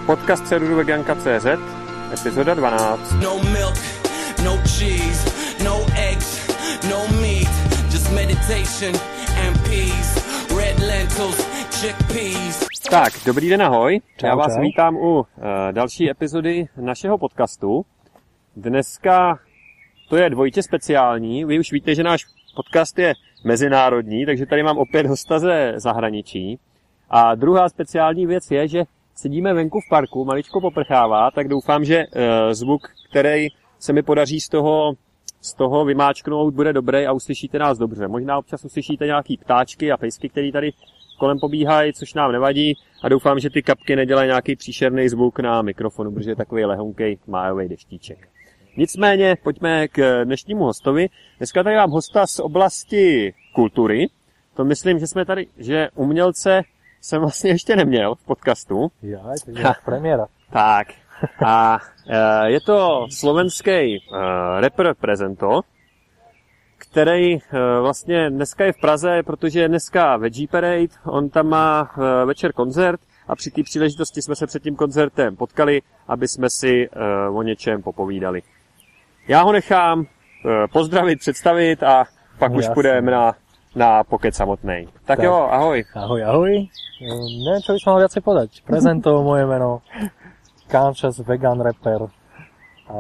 Podcast serveru Veganka.cz, epizoda 12. No milk, no cheese, no eggs, no meat, just meditation and peace, red lentils, chickpeas. Tak, dobrý den, ahoj. Čau, Já vás čau. vítám u další epizody našeho podcastu. Dneska to je dvojitě speciální. Vy už víte, že náš podcast je mezinárodní, takže tady mám opět hosta ze zahraničí. A druhá speciální věc je, že sedíme venku v parku, maličko poprchává, tak doufám, že zvuk, který se mi podaří z toho vymáčknout, bude dobrý a uslyšíte nás dobře. Možná občas uslyšíte nějaký ptáčky a pejsky, který tady kolem pobíhají, což nám nevadí, a doufám, že ty kapky nedělají nějaký příšerný zvuk na mikrofonu, protože je takový lehonkej májový deštíček. Nicméně, pojďme k dnešnímu hostovi. Dneska tady mám hosta z oblasti kultury. To myslím, že umělce jsem vlastně ještě neměl v podcastu. Jaj, to je premiéra. Tak. A je to slovenský rapper Prezento, který vlastně dneska je v Praze, protože je dneska Veggie Parade, on tam má večer koncert a při té příležitosti jsme se před tím koncertem potkali, aby jsme si o něčem popovídali. Já ho nechám pozdravit, představit a pak už půjdeme na pokec samotnej. Tak jo, ahoj. Ahoj. Neviem, čo by som mal viacej podať. Prezento, moje meno, Kančas, vegan rapper a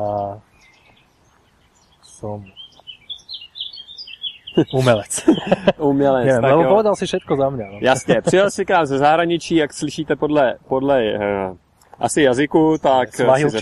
som umelec. Umělec, Neviem, tak lebo jo. povedal si všetko za mňa. No. Jasně, přijel si k nám ze zahraničí, jak slyšíte podle asi jazyku, tak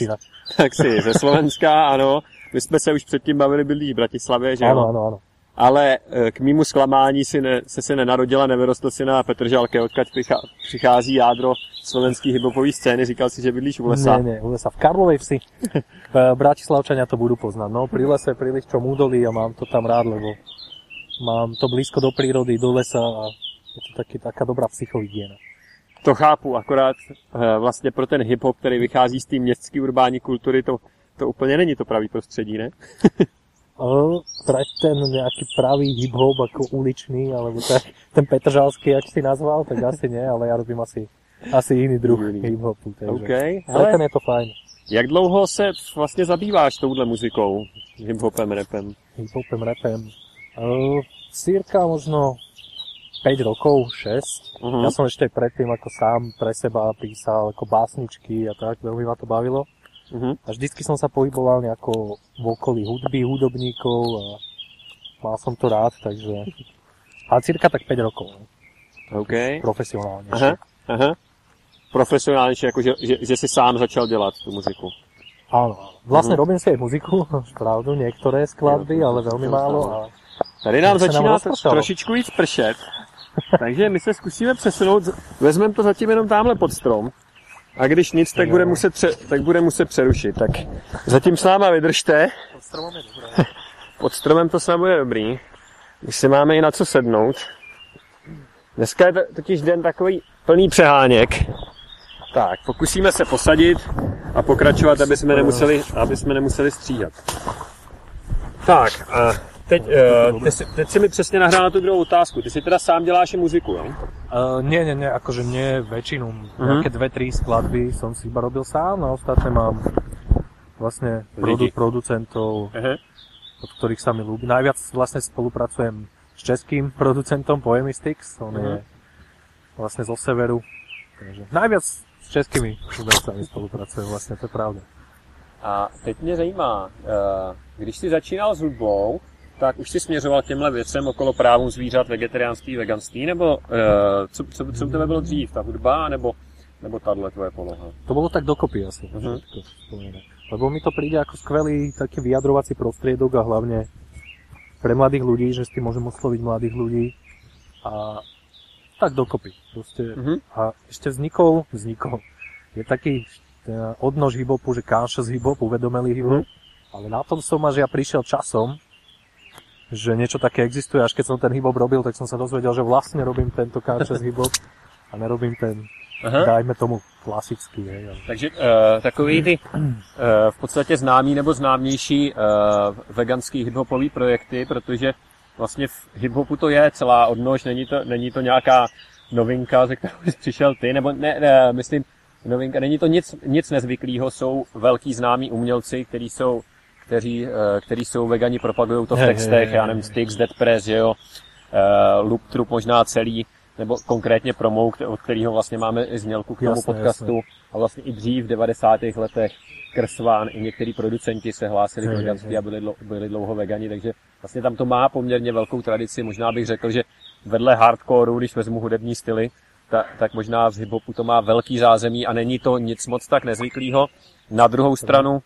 si ze Slovenska, ano. My jsme se už předtím bavili, byli v Bratislavě, že jo? Ano. Ale k mému zklamání se nenarodila, nevyrostl si na Petržalke, odkud přichází jádro slovenský hiphopové scény. Říkal si, že bydlíš u lesa. Nie, u lesa. V Karlovej vsi. Bratislavčania to budú poznať. No, pri lese, pri liščom údolí a mám to tam rád, lebo mám to blízko do prírody, do lesa a je to taká dobrá psychohygiena. To chápu, akorát vlastně pro ten hiphop, který vychází z té městské urbání kultury, to úplně není to pravý prostředí, ne? Pre ten nejaký pravý hip-hop ako uličný, alebo tak, ten Petržalský, jak si nazval, tak asi nie, ale ja robím asi iný druh hip-hopu. Takže Okay. Ale ten je to fajn. Jak dlouho se vlastně zabýváš touhle muzikou, hip-hopem, rapem? Hip-hopem, rapem. Cirka možno 5 rokov, 6. Ja som ešte predtým ako sám pre seba písal ako básničky a tak, veľmi ma to bavilo. A vždycky som sa pohyboval nejako v okolí hudby, hudobníkov a mal som to rád, takže... A cirka tak 5 rokov. Okay. Profesionálne. Aha. Profesionálně, jako že si sám začal dělat tu muziku. Áno. Vlastne robím si aj muziku, pravdu, niektoré skladby, ale veľmi málo. A... Tady nám začíná trošičku víc pršet, takže my se zkusíme přesunout, vezmeme to zatím jenom tamhle pod strom. A když nic, tak bude muset přerušit. Tak zatím s náma vydržte. Pod stromem je dobré. Pod stromem to s námi bude dobrý. Když si máme i na co sednout. Dneska je totiž den takový plný přeháněk. Tak, pokusíme se posadit a pokračovat, aby jsme nemuseli stříhat. Tak, a teď si mi přesně nahrál na tu druhou otázku. Ty si teda sám děláš i muziku, jo? Nie, akože nie väčšinu. Nejaké 2-3 skladby som si iba robil sám, a ostatné mám vlastne producentov, od ktorých sa mi ľúbi. Najviac vlastne spolupracujem s českým producentom Poemistix, on je vlastne zo severu. Takže najviac s českými umelcami spolupracujem, vlastne, to je pravda. A teď mě zajímá, když jsi začínal s hudbou, tak už si směřoval těmhle věcem okolo právům zvířat, vegetariánství, veganství, nebo co u tebe bylo dřív, ta hudba, nebo tahle tvoje poloha? To bolo tak dokopy asi. Lebo mi to príde ako skvelý taký vyjadrovací prostriedok a hlavne pre mladých ľudí, že s tým môžem osloviť mladých ľudí a tak dokopy. Proste. A ešte vznikol, je taký odnož hip-hopu, že conscious hip-hop, uvedomelý hip-hop, ale na tom som až ja prišiel časom, že niečo také existuje, až keď som ten hip-hop robil, tak som sa dozvedel, že vlastne robím tento conscious hip-hop a nerobím ten, dajme tomu, klasický. Takže takový ty v podstatě známý nebo známější veganský hip-hopový projekty, protože vlastně v hip-hopu to je celá odnož, není to nějaká novinka, ze kterou jsi přišel ty, nebo ne, myslím, novinka. Není to nic nezvyklého, jsou velký známí umělci, kteří jsou vegani, propagují to v textech, já nevím, Styx, Dead Press, že jo, Loop Troop možná celý, nebo konkrétně Promo, od kterého vlastně máme i znělku k tomu podcastu. Jasně. A vlastně i dřív v 90. letech Krsván i některý producenti se hlásili k veganství a byli dlouho vegani, takže vlastně tam to má poměrně velkou tradici. Možná bych řekl, že vedle hardcoreu, když vezmu hudební styly, tak možná v hiphopu to má velký zázemí a není to nic moc tak nezvyklého. Na druhou stranu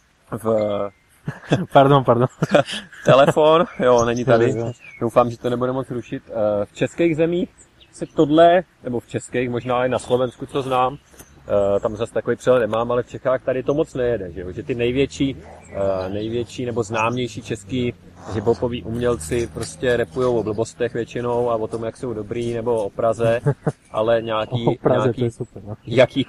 Pardon. Telefon, jo, není tady. Doufám, že to nebude moc rušit. V českých zemích se tohle, nebo v českých, možná i na Slovensku, co znám, tam zase takový přehled nemám, ale v Čechách tady to moc nejede, že jo? Že ty největší nebo známější český hiphopoví umělci prostě rapujou o blbostech většinou a o tom, jak jsou dobrý, nebo o Praze, ale nějaký super, no.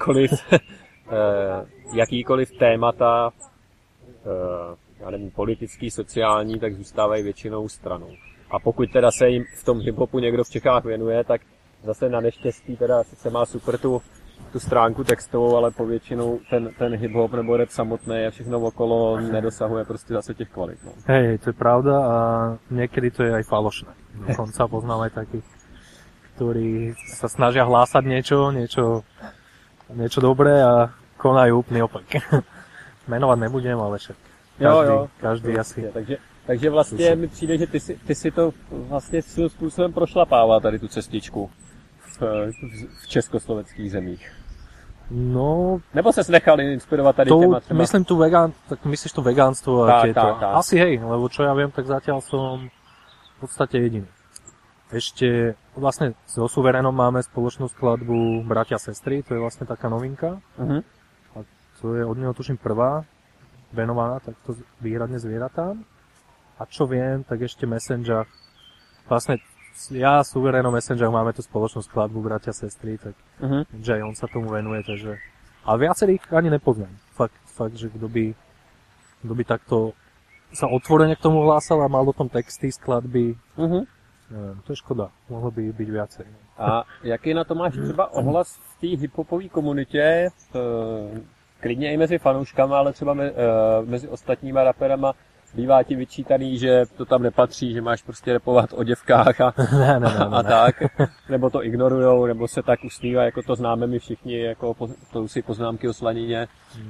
jakýkoliv témata, já nevím, politický, sociální, tak zůstávají většinou stranou. A pokud teda se jim v tom hiphopu někdo v Čechách věnuje, tak zase na neštěstí teda sice má super tu stránku textovou, ale povětšinou ten hip-hop nebo rap samotný a všechno okolo nedosahuje prostě zase těch kvalit. No. Hej, to je pravda a niekedy to je aj falošné. Dokonca poznám aj takých, ktorí sa snažia hlásať niečo dobré a konajú úplný opak. Menovať nebudem, ale však každý asi. Takže vlastně mi přijde, že ty si to vlastně svým způsobem prošlapává tady tu cestičku v československých zemích. No, nebo ses nechali inspirovat tady těma třeba? Myslím tak myslíš to vegánstvo a tieto. Asi hej, lebo čo ja viem, tak zatiaľ som v podstate jediný. Ešte vlastne so Suverénom máme spoločnú skladbu Bratia sestry, to je vlastne taká novinka. A to je od neho tuším prvá venovaná takto výhradne zvieratám. A čo viem, tak ešte Messenger. Vlastne ja s Suverénom Messenger máme tú spoločnú skladbu Bratia sestry, tak že aj on sa tomu venuje, takže... A viacerých ani nepoznám. Fakt, že kto by takto sa otvorene k tomu hlásal a mal o tom texty, skladby. Neviem, to je škoda. Mohlo by byť viacej. A jaký na to máš třeba ohlas v té hiphopové komunitě? Klidně i mezi fanouškama, ale třeba mezi ostatníma raperama bývá ti vyčítaný, že to tam nepatří, že máš prostě rapovat o děvkách a tak, nebo to ignorujou, nebo se tak usmívají, jako to známe my všichni, jako to si poznámky o slanině.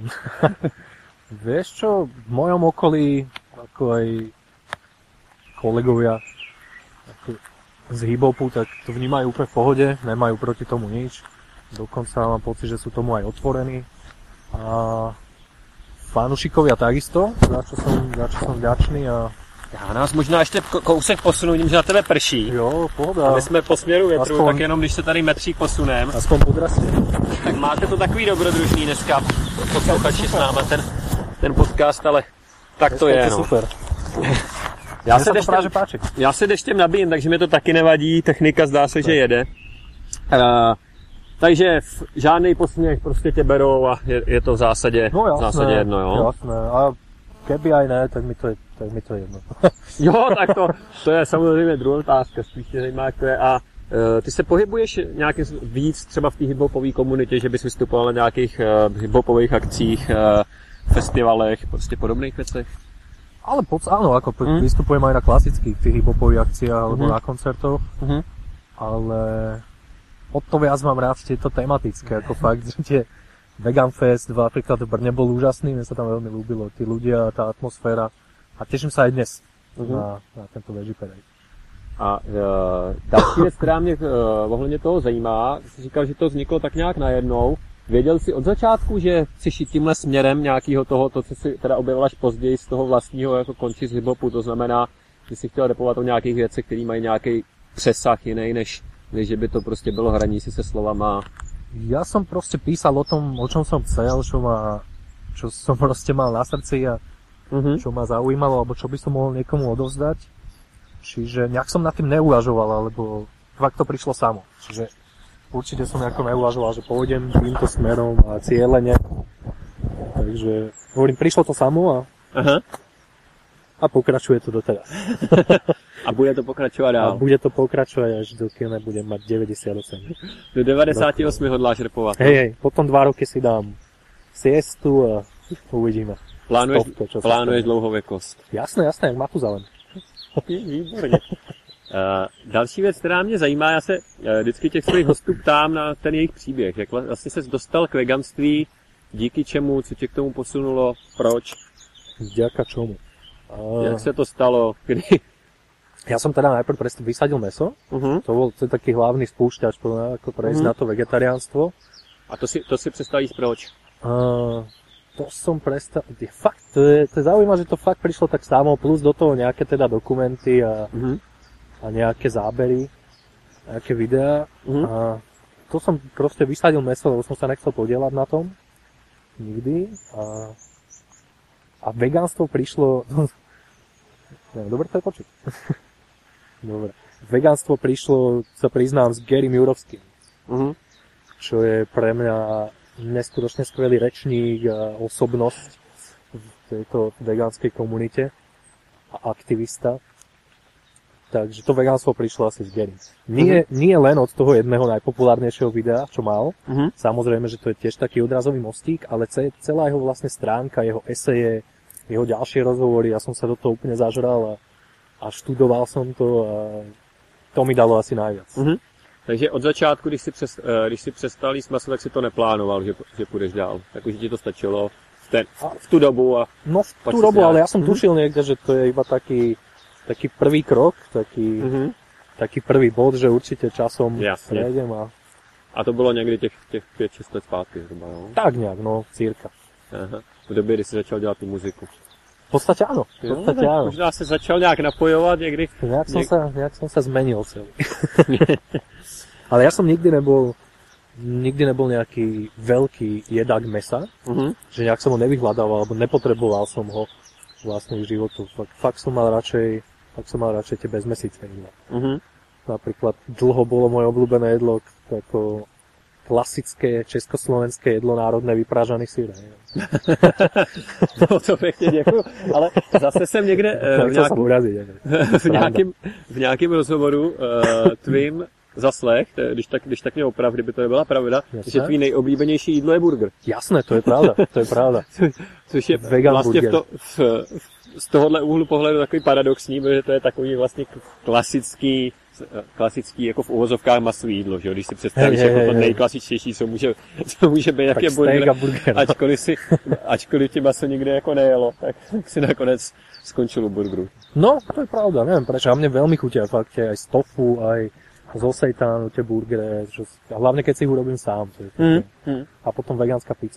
Vieš čo, v mojom okolí, ako aj kolegovia z hip-hopu, tak to vnímajú úplne v pohode, nemajú proti tomu nič, dokonca mám pocit, že sú tomu aj otvorení. A fanúšikovia takisto, za čo som vďačný a... Já nás možná ještě kousek posunu, vidím, že na tebe prší. Jo, pohoda. A my jsme po směru větru, tak jenom když se tady metřík posunem. Aspoň podrastě. Tak máte to takový dobrodružný dneska, posluchači s náma ten podcast, ale tak to je, no. Super. Já se deštěm nabijím, takže mi to taky nevadí, technika zdá se, že jede. Takže žádnej posměch, prostě tě berou a je to v zásadě, no, v zásadě jedno, jo? Jasné, a keby aj ne, tak mi to je jedno. Jo, tak to je samozřejmě druhá otázka, spíš mě zajímá, jak to je. A ty se pohybuješ nějak víc třeba v té hiphopové komunitě, že bys vystupoval na nějakých hiphopových akcích, festivalech, prostě podobných věcech? Ale áno, ako vystupujem aj na klasických tých hiphopových akciách alebo na koncertoch, ale o to viac mám rád tieto tematické, ako fakt, že tie Vegan Fest napríklad v Brne bol úžasný, mne sa tam veľmi ľúbilo, tí ľudia, tá atmosféra a teším sa aj dnes na tento Veggie Parade. A další věc, která mě ohledně toho zajímá, jsi říkal, že to vzniklo tak nějak najednou. Věděl jsi od začátku, že jsi šít tímhle směrem nějakého toho, to, co jsi teda objevil až později z toho vlastního jako konči z hip-hopu, to znamená, že jsi chtěl rapovat o nějakých věcech, které mají nějaký přesah jiný, než že by to prostě bylo hraní si se slovama. Ja som proste písal o tom, o čom som chcel, čo som proste mal na srdci a čo ma zaujímalo, alebo čo by som mohol niekomu odovzdať. Čiže nejak som nad tým neuvažoval, alebo fakt to prišlo samo. Čiže určite som nejako neuvažoval, že pôjdem týmto smerom a cieľene. Takže hovorím, prišlo to samo a A pokračuje to doteraz. A bude to pokračovat dál. A bude to pokračovať, až dokým nebudem mať 98. Do 98 hodláš repovat. Hej, potom 2 roky si dám siestu a uvidíme. Plánuješ dlouhověkost. Jasné, jak Matuzalem. Výborně. Další věc, která mě zajímá, já se vždycky těch svých hostů ptám na ten jejich příběh. Jak vlastně ses dostal k veganství, díky čemu, co tě k tomu posunulo, proč? Vďaka čomu? Jak se to stalo, kdy? Ja som teda najprv vysadil mäso. To je taký hlavný spúšťač, ako prejsť na to vegetariánstvo. A to si přestal jíst proč? To som prestal... Fakt, to je zaujímavé, že to fakt prišlo tak samo, plus do toho nejaké teda dokumenty a nejaké zábery, nejaké videá. A to som proste vysadil mäso, lebo som sa nechcel podielať na tom. Nikdy. A vegánstvo prišlo... Dobre to je počuť. Dobre. Vegánstvo prišlo, sa priznám, s Gary Murovským. Čo je pre mňa neskutočne skvelý rečník a osobnosť v tejto vegánskej komunite a aktivista. Takže to vegánstvo prišlo asi s Gary. Nie len od toho jedného najpopulárnejšieho videa, čo mal. Samozrejme, že to je tiež taký odrazový mostík, ale celá jeho vlastne stránka, jeho eseje, jeho ďalšie rozhovory, ja som sa do toho úplne zažral a študoval som to a to mi dalo asi najviac. Takže od začátku, když si přestal jíst maso, tak si to neplánoval, že půjdeš dál. Takže ti to stačilo v tu dobu. No v tú dobu, ale ja som tušil niekde, že to je iba taký prvý krok, taký prvý bod, že určite časom prejdem. A to bylo někdy těch 5-6 let zpátky zhruba, no? Tak nějak, no, círka. Aha. V době, kdy jsi začal dělat tu muziku. V podstatě ano. Možná se začal nějak napojovat někdy. Nějak som sa zmenil celý. Ale ja som nikdy nebol nejaký veľký jedák mesa, že nejak som ho nevyhľadával, alebo nepotreboval som ho vlastne v životu. Fakt som mal radšej tie bezmesícne jedlá. Napríklad dlho bolo moje obľúbené jedlo ako klasické československé jedlo národné vyprážaný syr. No to pěkně děkuju, ale zase jsem někde v nějakém rozhovoru tvým zaslech, když tak mě oprav, kdyby to nebyla pravda, že tvý nejoblíbenější jídlo je burger. Jasné, to je pravda. Což je vegan vlastně burger. Z tohohle úhlu pohledu takový paradoxní, protože to je takový vlastně klasický jako v uvozovkách masový jídlo, že? Když si představíš jako to nejklasičtější, co může být, jak je burger. Ačkoliv ti maso nikdy jako nejelo, tak si nakonec skončil u burgeru. No, to je pravda, neviem prečo. A mne veľmi chutia fakt aj z tofu, aj zo seitánu, tie burgery, a hlavne keď si ich urobím sám. A potom vegánska pizza.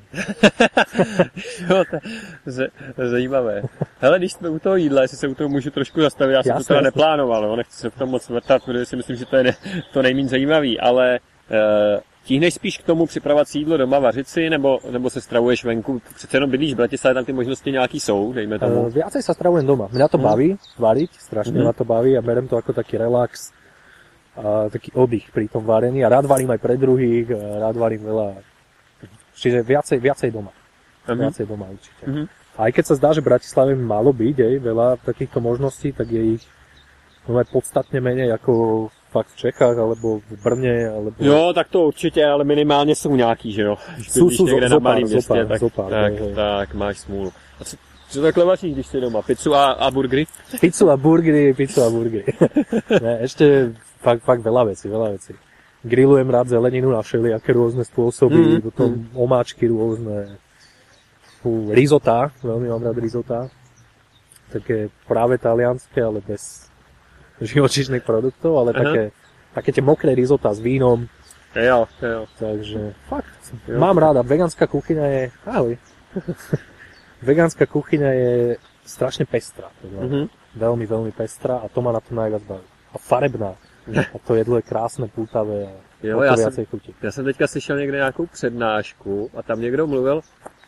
Jo, to je zajímavé. Hele, když jsme u toho jídla, jestli se u toho můžu trošku zastavit, já jsem to teda neplánoval, nechci se v tom moc vrtat, protože si myslím, že to je to nejméně zajímavý, ale tíhneš spíš k tomu připravovat si jídlo doma, vařit si, nebo se stravuješ venku? Přece jenom bydlíš v Bratislave, tam ty možnosti nějaký jsou, dejme tomu. Viacej sa stravujem doma. Mňa to baví variť, strašne ma to baví a berem to ako taký relax. A taký oddych pri tom varení a rád varím aj pre druhých, rád varím veľa. Čiže viacej doma. Viacej doma určite. Aj keď sa zdá, že v Bratislave malo byť veľa takýchto možností, tak je ich podstatne menej ako fakt v Čechách, alebo v Brne, alebo... Jo, tak to určitě, ale minimálně jsou nějaký, že jo? Když někde na malém městě, tak máš smůlu. A co takhle vaříš, když jsi doma? Pizzu a burgery? Pizzu a burgery. Ne, ešte fakt veľa vecí. Grillujem rád zeleninu na všelijaké rôzne spôsoby, potom omáčky rôzne. Risotá, veľmi mám rád risotá. Také práve talianské, ale bez živočíšnych produktov, ale také tie mokré risotá s vínom. Jo. Takže fakt, mám ráda. Vegánska kuchyňa je... Ahoj. Vegánska kuchyňa je strašne pestrá. Veľmi, veľmi pestrá a to ma na to najviac baví. A farebná. A to jedlo je krásné, pútavé a jo, já jsem teďka slyšel někde nějakou přednášku a tam někdo mluvil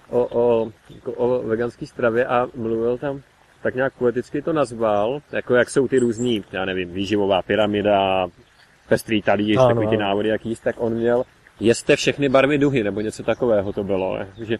o veganské stravě a mluvil tam, tak nějak poeticky to nazval, jako jak jsou ty různý, já nevím, výživová pyramida, pestrý talíř, takový ty návody, jak jíst, tak on měl jeste všechny barvy duhy, nebo něco takového to bylo, že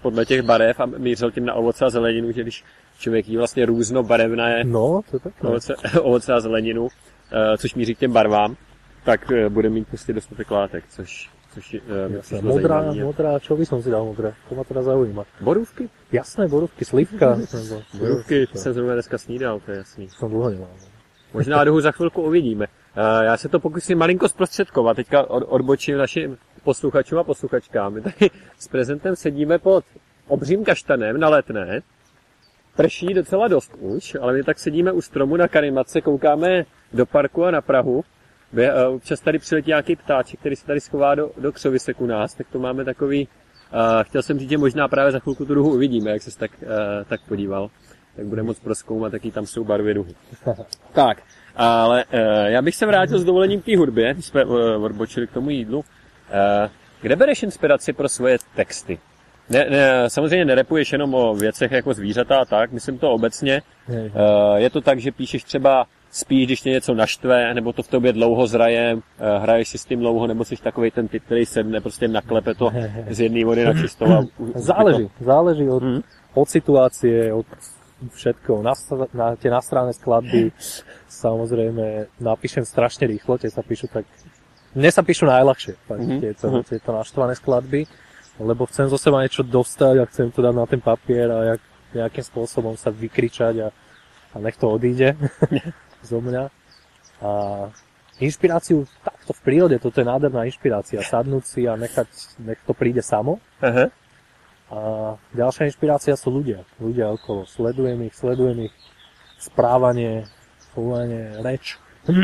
podle těch barev a mířil tím na ovoce a zeleninu, že když člověk jí vlastně různobarevné ovoce a zeleninu, což míří k těm barvám, tak bude mít prostě dostatek látek, což modrá, čo by som si dal modré? To ma teda zaujíma. Borůvky? Jasné, borůvky, slivka. Borůvky, to jsem zrovna dneska snídal, to je jasný. Som dlho nemal. Možná dohu za chvilku uvidíme. Já se to pokusím malinko zprostředkovat, teďka odbočím našim posluchačům a posluchačkám. My tady s prezentem sedíme pod obřím kaštanem na Letné. Prší docela dost už, ale my tak sedíme u stromu na karimatce, koukáme do parku a na Prahu. Občas tady přiletí nějaký ptáček, který se tady schová do křovisek u nás, tak to máme takový... chtěl jsem říct, že možná právě za chvilku tu duhu uvidíme, jak ses tak podíval. Tak bude moc prozkoumat, jaký tam jsou barvy duhy. Tak, ale já bych se vrátil s dovolením k té hudbě, jsme odbočili k tomu jídlu. Kde bereš inspiraci pro svoje texty? Samozřejmě nerepuješ jenom o věcech jako zvířata a tak, myslím to obecně. Je to tak, že píšeš třeba spíš, když tě něco naštve, nebo to v tobě dlouho zraje, hraješ si s tím dlouho, nebo jsi takovej ten typ, který sedne, prostě naklepe to z jedné vody na čistou. Záleží od situácie, od všetko. Na tie nastrávne skladby samozrejme napíšem strašne rýchlo, tie sa píšu tak... Mne sa píšu najľahšie, tieto naštvané skladby, lebo chcem zo seba niečo dostať a chcem to dať na ten papier a nejakým spôsobom sa vykričať a nech to odíde zo mňa. A inšpiráciu takto v prírode, toto je nádherná inšpirácia, sadnúť si a nech to príde samo. Uh-huh. A ďalšia inšpirácia sú ľudia okolo. Sledujem ich správanie, chovanie, reč.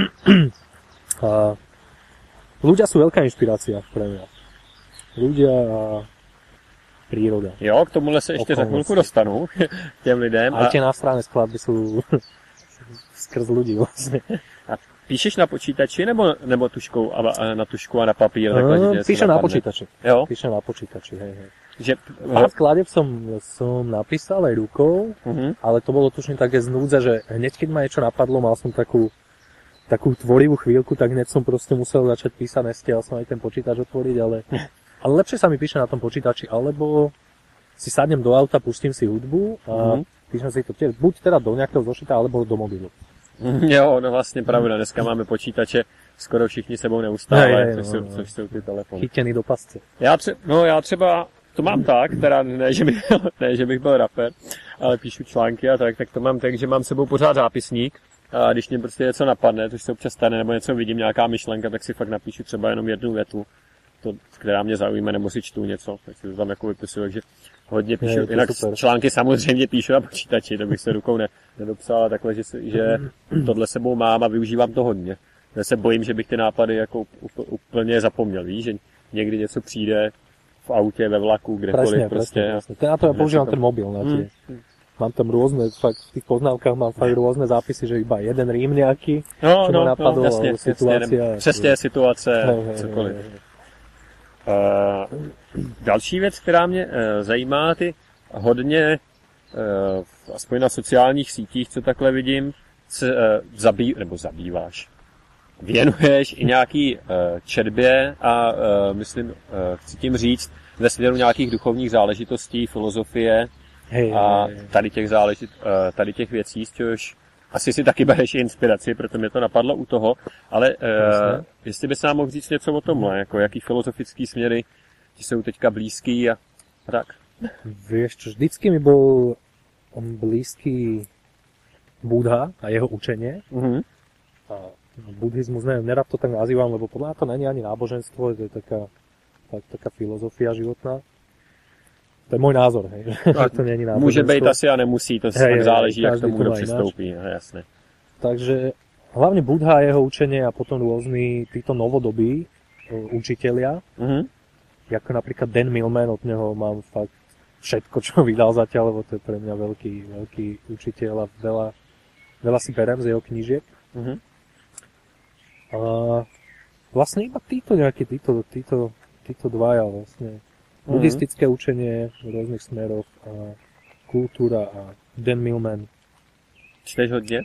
A ľudia sú veľká inšpirácia pre mňa. Ľudia a príroda. Jo, k tomuhle se ještě za chvilku dostanu, těm lidem. A tie nástrávne skladby sú skrz ľudí vlastne. A píšeš na počítači nebo tuškou na tušku a na papír? Píšem na počítači. Jo? Píšem na počítači, hej. Že... Pár skladeb som napísal aj rukou, ale to bolo tušne také znúdze, že hneď keď ma niečo napadlo, mal som takú tvorivú chvíľku, tak hneď som proste musel začať písať, nestiel som aj ten počítač otvoriť, ale lepšie sa mi píše na tom počítači, alebo si sadnem do auta, pustím si hudbu a píšem si to tiež, buď teda do nejakého zošita, alebo do mobilu. Jo, no vlastně pravda, dneska máme počítače, skoro všichni sebou neustále, což jsou ty telefony. Chytěný do pasce. Já třeba to mám tak, teda ne, že bych byl rapper, ale píšu články a tak to mám tak, že mám sebou pořád zápisník a když mě prostě něco napadne, což se občas stane, nebo něco vidím, nějaká myšlenka, tak si fakt napíšu třeba jenom jednu větu, která mě zaujme, nebo si čtu něco, tak si to tam jako vypisuju, takže hodně píšu, jinak články samozřejmě píšu na počítači, to bych se rukou nedopsal, ale takhle, že tohle sebou mám a využívám to hodně. Já se bojím, že bych ty nápady jako úplně zapomněl, víš, že někdy něco přijde v autě, ve vlaku, kdekoliv prostě. Presne. Na to ja používam ten mobil na tie. Mám tam rôzne, fakt v tých poznávkach mám fakt rôzne zápisy, že iba jeden rím nejaký, čo ma napadlo, jasne, situácia. Přesně situace, cokoliv. Další věc, která mě zajímá, ty hodně, aspoň na sociálních sítích, co takhle vidím, zabýváš. Věnuješ i nějaký četbě a myslím, chci tím říct, ve směru nějakých duchovních záležitostí, filozofie a tady těch věcí, z čehož asi si taky bereš inspiraci, proto mě to napadlo u toho, ale jestli bys nám mohl říct něco o tomhle, jako jaký filozofický směry ti jsou teďka blízký a tak. Vieš čo, vždycky mi bol blízky Buddha a jeho učenie. A buddhizmus, neviem, nerad to tak nazývam, lebo podľa to není ani náboženstvo, to je taká filozofia životná. To je môj názor, hej, že to není náboženstvo. Může být asi a nemusí, to tak záleží, jak tomu kdo přistoupí, jasné. Takže hlavne Buddha a jeho učenie a potom rôzni títo novodobí učitelia, ako napríklad Dan Millman, od neho mám fakt všetko, čo vydal zatiaľ, lebo to je pre mňa veľký učiteľ a veľa si berem z jeho knížiek. A vlastne iba títo dvaja vlastne. Buddhistické učenie v rôznych smeroch a kultúra a Dan Millman. Čteš hodne?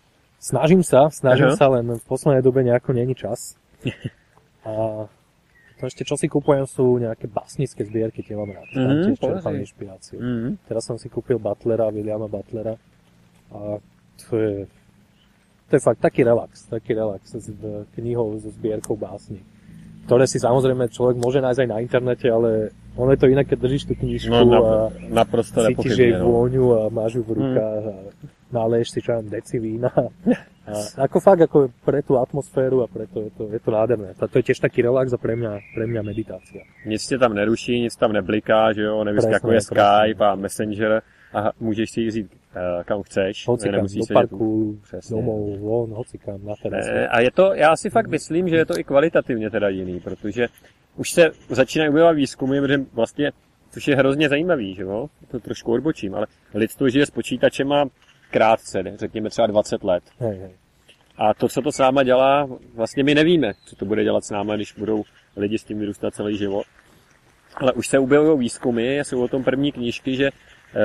Snažím sa, len v poslednej dobe nejako není čas. A To ešte, čo si kúpujem, sú nejaké básnické zbierky, tie mám rád. Tam tiež čerpám inšpiráciu. Teraz som si kúpil Williama Butlera a to je fakt taký relax s knihou, so zbierkou básni, ktoré si samozrejme človek môže nájsť aj na internete, ale ono je to inak, keď držíš tú knižku a cítiš jej vôňu a máš ju v rukách a naleješ si deci vína. A ako fakt, ako pre tú atmosféru a preto je to nádherné. To je tiež taký relax a pre mňa meditácia. Nic tě tam neruší, nic tam nebliká, že jo, nevyskakuje Skype a Messenger a můžeš si jít kam chceš. Hocikam, do parku, domov, von, hocikam, na terasu. A je to, já si fakt myslím, že je to i kvalitativně teda jiný, protože už se začínají objevovat výzkumy, protože vlastně, což je hrozně zajímavý, že jo, to trošku odbočím, ale lidstvo žije s počítačema krátce, řekněme třeba 20 let. Hej. A to, co to s náma dělá, vlastně my nevíme, co to bude dělat s náma, když budou lidi s tím vyrůstat celý život. Ale už se objevují výzkumy, jsou o tom první knížky, že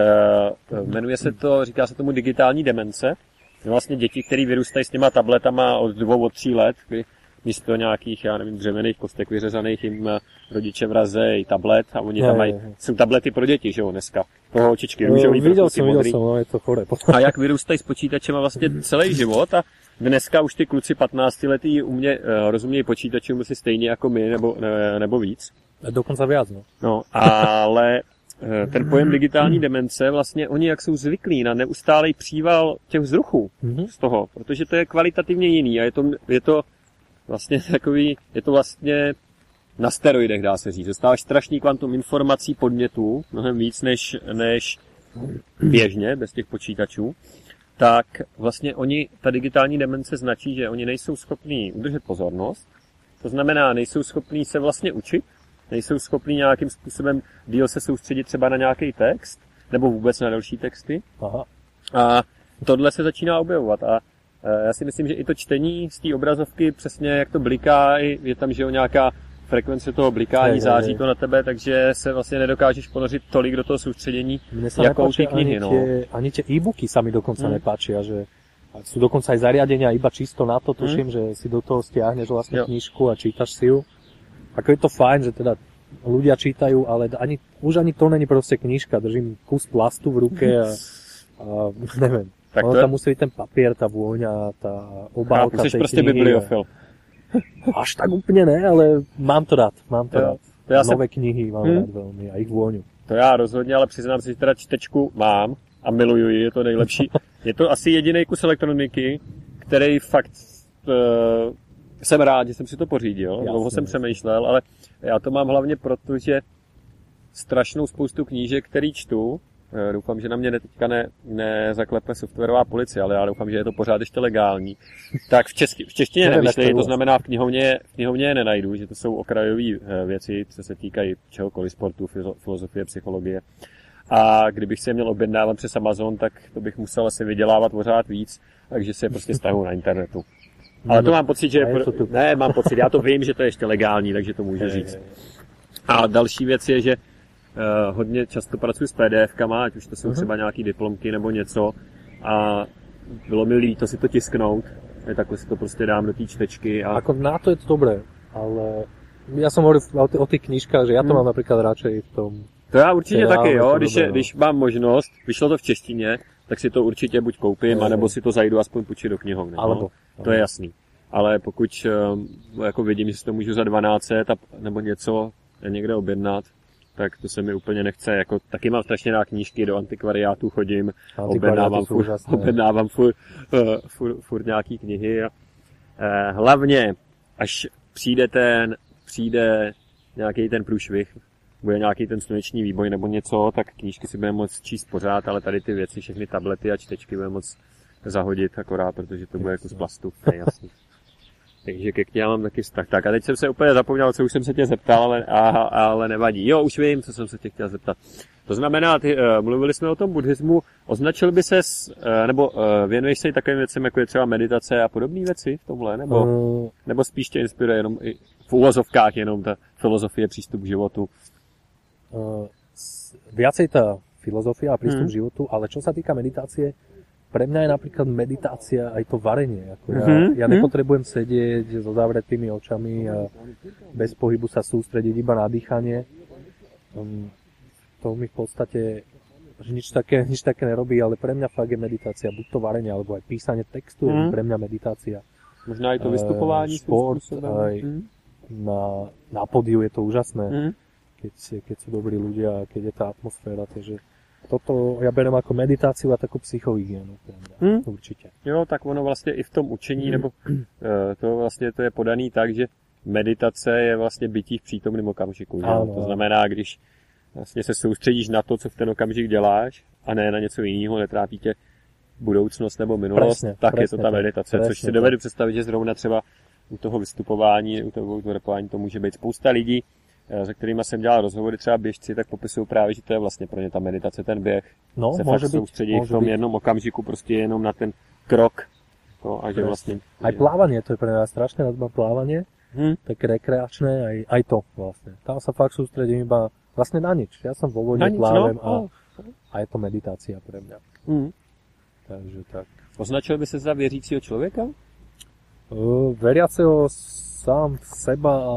jmenuje se to, říká se tomu digitální demence. Vlastně děti, které vyrůstají s těma tabletama od 2 od 3 let, kdy místo nějakých, já nevím, dřevěných kostek vyřezaných jim rodiče vrazejí tablet a oni tam mají, jsou tablety pro děti, že jo, dneska. Toho holčičky růžový, viděl jsem, no, je to chore. A jak vyrůstají s počítačem a vlastně celý život a dneska už ty kluci 15 letý rozumějí počítačům asi stejně jako my, nebo víc. Dokonce víc, no. No, ale ten pojem digitální demence, vlastně oni jak jsou zvyklí na neustálej příval těch vzruchů z toho, protože to je kvalitativně jiný a je to vlastně takový, je to vlastně na steroidech, dá se říct. Dostáváš strašný kvantum informací, podnětů, mnohem víc než běžně, bez těch počítačů. Tak vlastně ta digitální demence značí, že oni nejsou schopní udržet pozornost, to znamená, nejsou schopní se vlastně učit, nejsou schopní nějakým způsobem díl se soustředit třeba na nějaký text, nebo vůbec na další texty. Aha. A tohle se začíná objevovat a já si myslím, že i to čtení z té obrazovky, přesně jak to bliká, je tam, že jo, nějaká frekvence toho blikání, září to na tebe, takže se vlastně nedokážeš ponořit tolik do toho soustředění, jako u té knihy. Ani tie e-booky sa mi dokonca nepáčia, že sú dokonca aj zariadenia iba čisto na to, tuším, že si do toho stiahneš vlastne knižku a čítaš si ju. Ako je to fajn, že teda ľudia čítajú, ale už ani to není proste knižka, držím kus plastu v ruke a neviem. Tak ono tam musí byť ten papier, tá vôňa, tá obálka tej knihy. Proste bibliofil. Až tak úplne ne, ale mám to rád. Nové knihy mám rád veľmi a ich vôňu. To já rozhodně, ale přiznám si, že teda čtečku mám a miluju ji, je to nejlepší. Je to asi jediný kus elektroniky, který fakt jsem rád, že jsem si to pořídil. Dlouho jsem přemýšlel, ale já to mám hlavně proto, že strašnou spoustu knížek, který čtu, doufám, že na mě teďka nezaklepe softwarová policie, ale já doufám, že je to pořád ještě legální. Tak v češtině nevyšly, to znamená v knihovně je nenajdu, že to jsou okrajové věci, co se týkají čehokoliv, sportu, filozofie, psychologie. A kdybych si je měl objednávat přes Amazon, tak to bych musel asi vydělávat pořád víc, takže si je prostě stahuji na internetu. Ale to mám pocit, že mám pocit, já to vím, že to je ještě legální, takže to můžu říct. A další věc je, že hodně často pracuji s PDF-kama, ať už to jsou třeba nějaký diplomky nebo něco a bylo mi líto si to tisknout, takhle si to prostě dám do té čtečky. A... Ako na to je to dobré, ale ja som hovoril o tých knižkách, že ja to mám napríklad radšej v tom. To já určitě taky, jo, když mám možnost, vyšlo to v češtině, tak si to určitě buď koupím, anebo si to zajdu aspoň půjčit do knihovny. No? To je jasný. Ale pokud jako vidím, že si to můžu za 12 nebo něco někde objednat, tak to se mi úplně nechce. Jako, taky mám strašně rád knížky, do antikvariátu chodím, objednávám furt nějaký knihy. Hlavně, až přijde nějaký ten průšvih, bude nějaký ten sluneční výboj nebo něco, tak knížky si budeme moct číst pořád, ale tady ty věci, všechny tablety a čtečky budeme moct zahodit akorát, protože to bude jako z plastu, to je jasný. Takže ke knihám mám taky vztah. Tak a teď jsem se úplně zapomněl, co už jsem se tě zeptal, ale nevadí. Jo, už vím, co jsem se tě chtěl zeptat. To znamená, mluvili jsme o tom buddhismu, označil by ses, nebo věnuješ se i takovým věcem, jako je třeba meditace a podobné věci v tomhle, nebo spíš tě inspiruje jenom v úvozovkách jenom ta filozofie, přístup k životu? Viacej tá filozofia a prístup k životu, ale čo sa týka meditácie, pre mňa je napríklad meditácia aj to varenie. Ako ja nepotrebujem sedieť so zavretými očami a bez pohybu sa sústrediť iba na dýchanie. To mi v podstate nič také nerobí, ale pre mňa fakt je meditácia. Buď to varenie, alebo aj písanie textu je pre mňa meditácia. Možná i to vystupování. Sport, aj na pódiu je to úžasné. Keď sú dobrí ľudia a keď je tá atmosféra, takže toto ja berem ako meditáciu a takú psychohygienu. Určitě. Jo, tak ono vlastně i v tom učení, nebo to vlastně to je podaný tak, že meditace je vlastně bytí v přítomném okamžiku. To znamená, když vlastně se soustředíš na to, co v ten okamžik děláš a ne na něco jiného, netrápí tě budoucnost nebo minulost, tak je to ta meditace, což si dovedu představit, že zrovna třeba u toho vystupování, u toho repování to může být spousta lidí, se kterými jsem dělal rozhovory, třeba běžci, tak popisují právě, že to je vlastně pro ně ta meditace, ten běh. Se fakt soustředí v tom jednom okamžiku, prostě jenom na ten krok. No, a že vlastně... Aj plávanie, to je pre nás strašné, na plávanie, také rekreačné, aj to vlastne. Tam sa fakt sústredím iba vlastne na nič. Ja som vo vode, plávem a je to meditácia pre mňa. Takže tak. Označil by se za věřícího člověka? Veriaceho sám seba a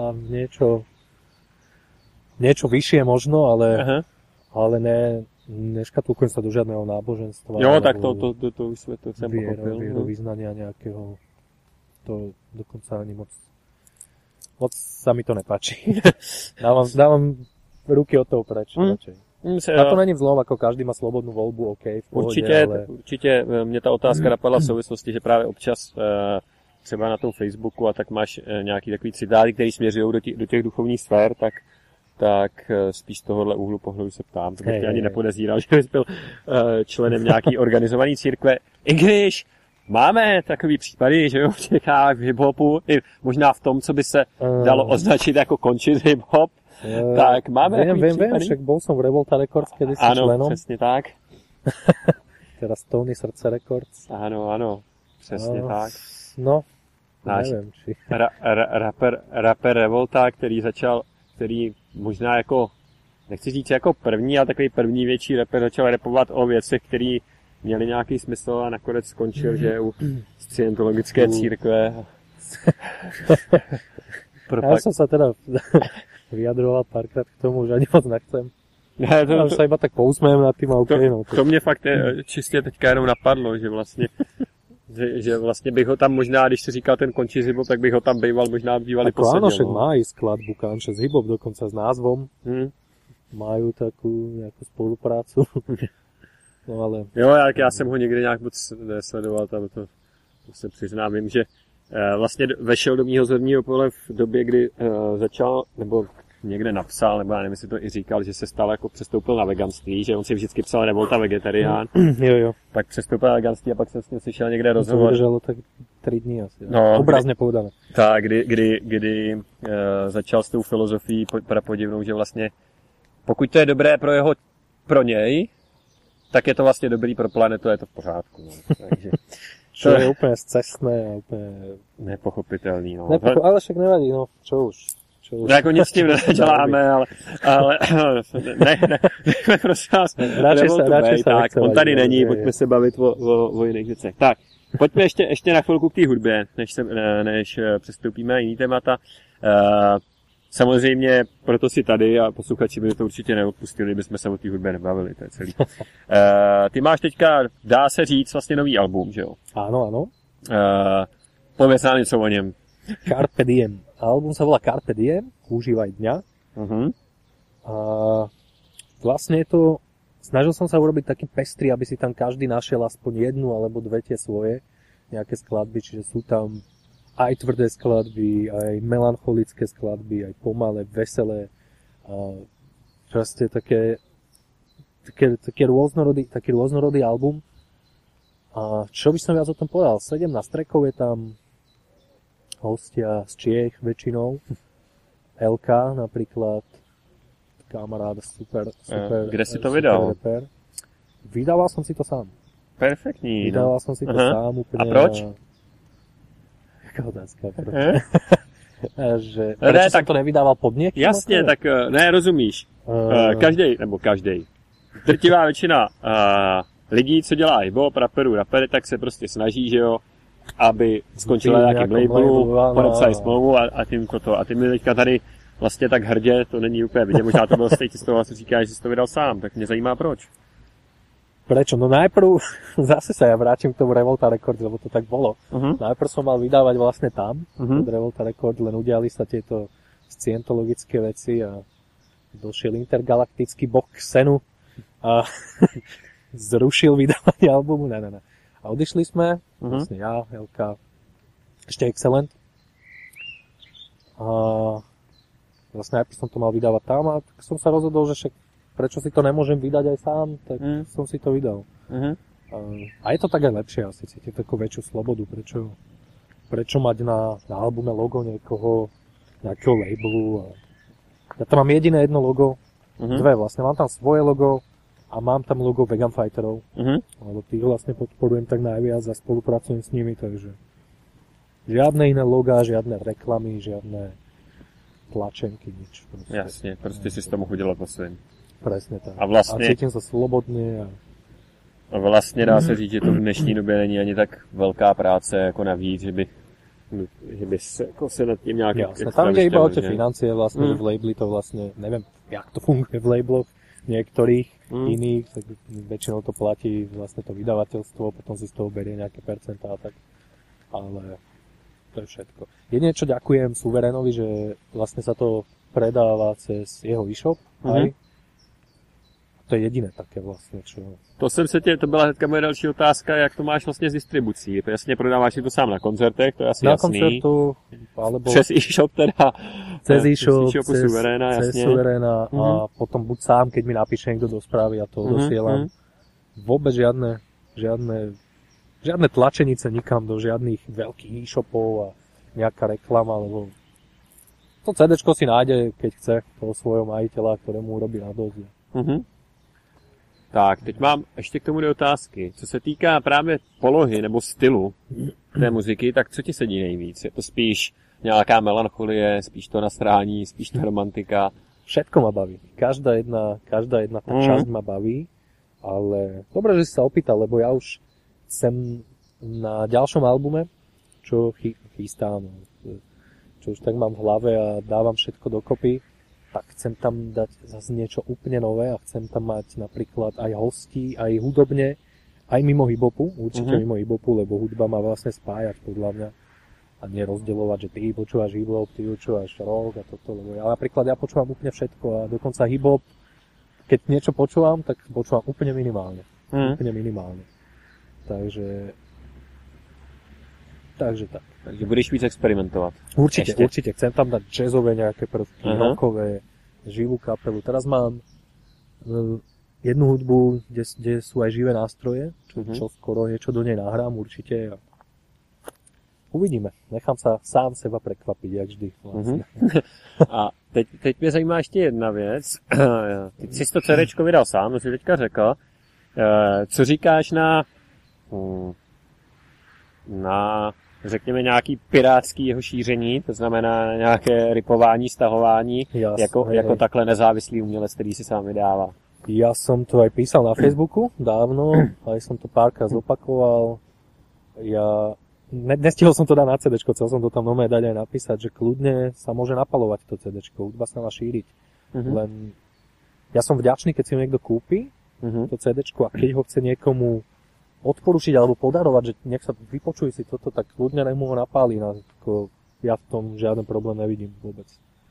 niečo vyššie možno, ale neškatulkujem sa do žiadneho náboženstva. Jo, tak to už jsem pochopil. Vierovýznania nejakého, to dokonca ani moc sa mi to nepáči. dávam ruky od toho preč. A to není vzlom, ako každý má slobodnú voľbu, OK, v pohode, Určitě mě ta otázka napadla v souvislosti, že právě občas třeba na tom Facebooku a tak máš nějaký takový citáty, který směřují do těch duchovních sfér, tak spíš z tohohle úhlu pohledu se ptám. To bych tě ani nepodezíral, že bys byl členem nějaký organizovaný církve. I když máme takový případy, že jo, v Čechách, v hip-hopu, i možná v tom, co by se dalo označit jako končit hip-hop, tak máme takový případy. Viem, však bol som v Revolta Records, kedy si členom. Ano, přesně tak. Teraz Tony Srdce Records. Ano, přesně tak. No, neviem, či... Rapper Revolta, který možná jako, nechci říct jako první, ale takový první větší rapper začal rapovat o věcech, které měly nějaký smysl a nakonec skončil, že u scientologické církve. Ja som sa teda vyjadroval párkrát k tomu, že ani moc nechcem. Ja sa iba tak pousmejem nad tým a to mě fakt čistě teďka jenom napadlo, že vlastně že vlastně bych ho tam možná, když si říkal ten končí s hip-hop, tak bych ho tam býval bývalý posadil. Áno, však má i skladbu Kanče s hip-hop, dokonca s názvom. Majú takú nejakú spoluprácu. No ale... Jo, já jsem ho někde nějak moc nesledoval, tam to se přiznám. Vím, že vlastně vešel do mýho zorního pole v době, kdy začal, nebo někde napsal, nebo já nevím, jestli to i říkal, že se stal jako přestoupil na veganství, že on si vždycky psal Revolta vegetarián. Jo. Pak přestoupil na veganství a pak jsem s ním slyšel někde rozhovor. To vydrželo tak 3 dní asi. No, obrazně povedané. Tak, kdy začal s tou filozofií prapodivnou, že vlastně pokud to je dobré pro něj, tak je to vlastně dobrý pro planetu, je to v pořádku. No. Takže čo je úplne scestné a úplne nepochopitelný. No. Ale však nevadí, no, čo už. No, jako nic s tím neděláme, ale ne, prosím vás, radši tak, on tady není, pojďme se bavit o jiných věcech. Tak, pojďme ještě na chvilku k té hudbě, než přestoupíme na jiný témata. Samozřejmě, proto si tady a posluchači by to určitě neodpustili, kdybychom se o té hudbě nebavili, to je celý. Ty máš teďka, dá se říct, vlastně nový album, že jo? Áno. Pověz nám něco o něm. Carpe Diem. Album sa volá Carpe Diem, Užívaj dňa. A vlastne je to, snažil som sa urobiť taký pestrý, aby si tam každý našiel aspoň jednu alebo dve tie svoje nejaké skladby, čiže sú tam aj tvrdé skladby, aj melancholické skladby, aj pomalé, veselé. Proste taký rôznorodý album. A čo by som viac o tom povedal? 17 trackov je tam, hostia z Čiech väčšinou. LK napríklad, kamarád, super. Kde si to vydal? Rapper. Vydával som si to sám. Perfektní. Vydával som si to sám úplne. A proč? Jaká otázka, proč? Prečo som to nevydával pod niekým? Jasně, tak ne, rozumíš. Každej. Drtivá většina lidí, co dělá hip-hop, rapery, tak se prostě snaží, že jo, aby skončila nějakým labelu, podepsali smlouvu a tím toto. A ty mi teďka tady vlastně tak hrdě, to není úplně vidět, možná to byl stejky z toho, asi říkáš, že jsi to vydal sám, tak mě zajímá proč. Prečo? No najprv, zase sa ja vrátim k tomu Revolta Records, lebo to tak bolo. Najprv som mal vydávať vlastne tam, od Revolta Records, len udiali sa tieto scientologické veci a došiel intergalaktický boh Xenu a zrušil vydávanie albumu. Ne. A odišli sme, vlastne ja, Helka, ešte Excellent. A vlastne najprv som to mal vydávať tam a tak som sa rozhodol, že však prečo si to nemôžem vydať aj sám, tak som si to vydal. A je to tak aj lepšie asi, cítim takú väčšiu slobodu, prečo mať na albume logo nejakého labelu. Ja tam mám jediné jedno logo, dve vlastne, mám tam svoje logo a mám tam logo Vegan Fighterov, lebo tých vlastne podporujem tak najviac a spolupracujem s nimi, takže žiadne iné logá, žiadne reklamy, žiadne tlačenky, nič. Proste. Jasne, proste si z toho mohl dělat po svým. Presne tak. A cítim sa slobodne. A vlastně dá se říct, že to v dnešní době není ani tak velká práce jako navíc, že by se, jako se nad tím nějak... Jasne, tam ide iba o tie financie vlastne, že v labeli to vlastne, neviem, jak to funguje v labeloch niektorých iných, tak väčšinou to platí vlastne to vydavateľstvo, potom si z toho berie nejaké percentá, tak, ale to je všetko. Jedine, čo ďakujem Suverénovi, že vlastne sa to predáva cez jeho e-shop aj. To je jediné také vlastně, čo... To byla hnedka moje další otázka, jak to máš vlastně s distribucí. Jasně prodáváš si to sám na koncertech, to je asi na jasný. Na koncertu, alebo... Přes e-shop teda. Cez e-shop, cez Suveréna, jasně. Cez Suveréna a potom buď sám, keď mi napíše niekto do správy a to dosielam. Vôbec žiadne tlačenice nikam do žiadnych veľkých e-shopov a nejaká reklama, lebo to CDčko si nájde, keď chce, toho svojho majiteľa, ktorému urobí radosť. Tak, teď mám ještě k tomu dvě otázky. Co se týká právě polohy nebo stylu té muziky, tak co ti sedí nejvíc? Je to spíš nějaká melancholie, spíš to nasrání, spíš to romantika? Všetko ma baví. Každá jedna tá časť ma baví, ale dobre, že si sa opýtal, lebo ja už chcem na ďalšom albume, čo chystám, čo už tak mám v hlave a dávam všetko dokopy, tak chcem tam dať zase niečo úplne nové a chcem tam mať napríklad aj hostí, aj hudobne, aj mimo hip-hopu, určite mimo hip-hopu, lebo hudba má vlastne spájať podľa mňa a nie rozdeľovať, že ty počúvaš hip-hop, ty počúvaš rock a toto, lebo ja počúvam úplne všetko a dokonca hip-hop, keď niečo počúvam, tak počúvam úplne minimálne. Úplne minimálne. Takže tak. Takže budeš víc experimentovat. Určite. Chcem tam dať jazzové nejaké prvky, rockové, živú kapelu. Teraz mám jednu hudbu, kde sú aj živé nástroje, čo skoro niečo do nej nahrám určite. Uvidíme. Nechám sa sám seba prekvapiť, jak vždy. Vlastne. A teď mě zajímá ještě jedna věc. Ty jsi to CDčko vydal sám, to jsi teďka řekl. Co říkáš na řekněme nějaký pirátský jeho šíření, to znamená nějaké ripování, stahování, jako takhle nezávislý umělec, který si sám vydává. Ja som to aj písal na Facebooku dávno, aj som to párkrát zopakoval. Ja nestihol som to dať na CDčko, chcel som to tam nové dať aj napísať, že kľudne sa môže napalovať to CDčko, hudba sa má šíriť. Len ja som vďačný, keď si niekto kúpi to CDčko a keď ho chce niekomu odporučiť alebo podarovať, že nech sa vypočuje si toto, tak ľudne nech mu ho napálí. Ja v tom žiaden problém nevidím vôbec.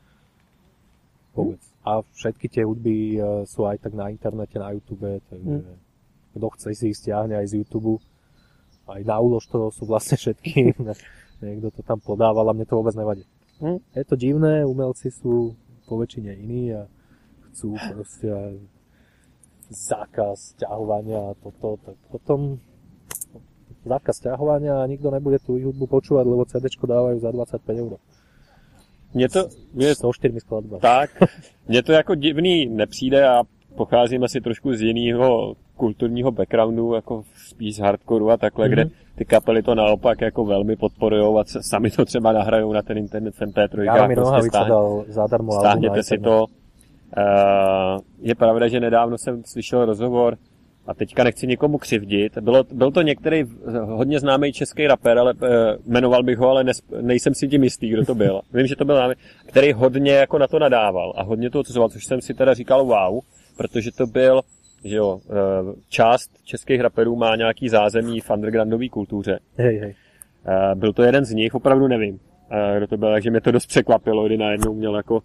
A všetky tie hudby sú aj tak na internete, na YouTube, takže kto chce si ich stiahne aj z YouTube. Aj na úlož to sú vlastne všetky. Niekto to tam podával a mne to vôbec nevadí. Je to divné, umelci sú po väčšine iní a chcú proste zákaz ťahovania a toto, tak potom zákaz ťahovania a nikto nebude tú hudbu počúvať, lebo CDčko dávajú za 25 €. So 4 skladbami. Tak, mně to jako divný nepřijde a pocházím asi trošku z jiného kulturního backgroundu, jako spíš z hardcoreu a takhle, kde ty kapely to naopak jako velmi podporujou a sami to třeba nahrajou na ten internet v MP3. Jaromír Nohavica dal zadarmo stáhněte si to. Je pravda, že nedávno jsem slyšel rozhovor a teďka nechci nikomu křivdit, byl to některý hodně známý český rapper, ale jmenoval bych ho, ale nejsem si tím jistý, kdo to byl. Vím, že to byl známý, který hodně jako na to nadával a hodně to odsuzoval, což jsem si teda říkal wow, protože to byl, že jo, část českých rapperů má nějaký zázemí v undergroundové kultuře. Hej. Byl to jeden z nich, opravdu nevím, kdo to byl, takže mě to dost překvapilo, kdy najednou měl jako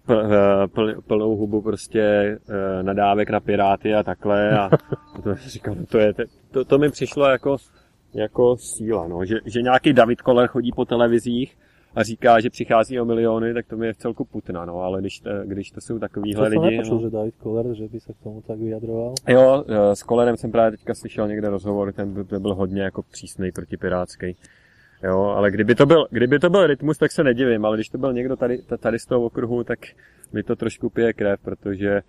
plnou hubu prostě nadávek na Piráty a takhle a to říkám, to mi přišlo jako síla, no, že nějaký David Koller chodí po televizích a říká, že přichází o miliony, tak to mi je v celku putna, no, ale když to jsou takovýhle lidi... To jsem nepočul, že David Koller, že by se k tomu tak vyjadroval. Jo, s Kollerem jsem právě teďka slyšel někde rozhovor, ten byl hodně jako přísnej protipirátský. Jo, ale kdyby to byl Rytmus, tak se nedivím, ale když to byl někdo tady z toho okruhu, tak mi to trošku pije krev, protože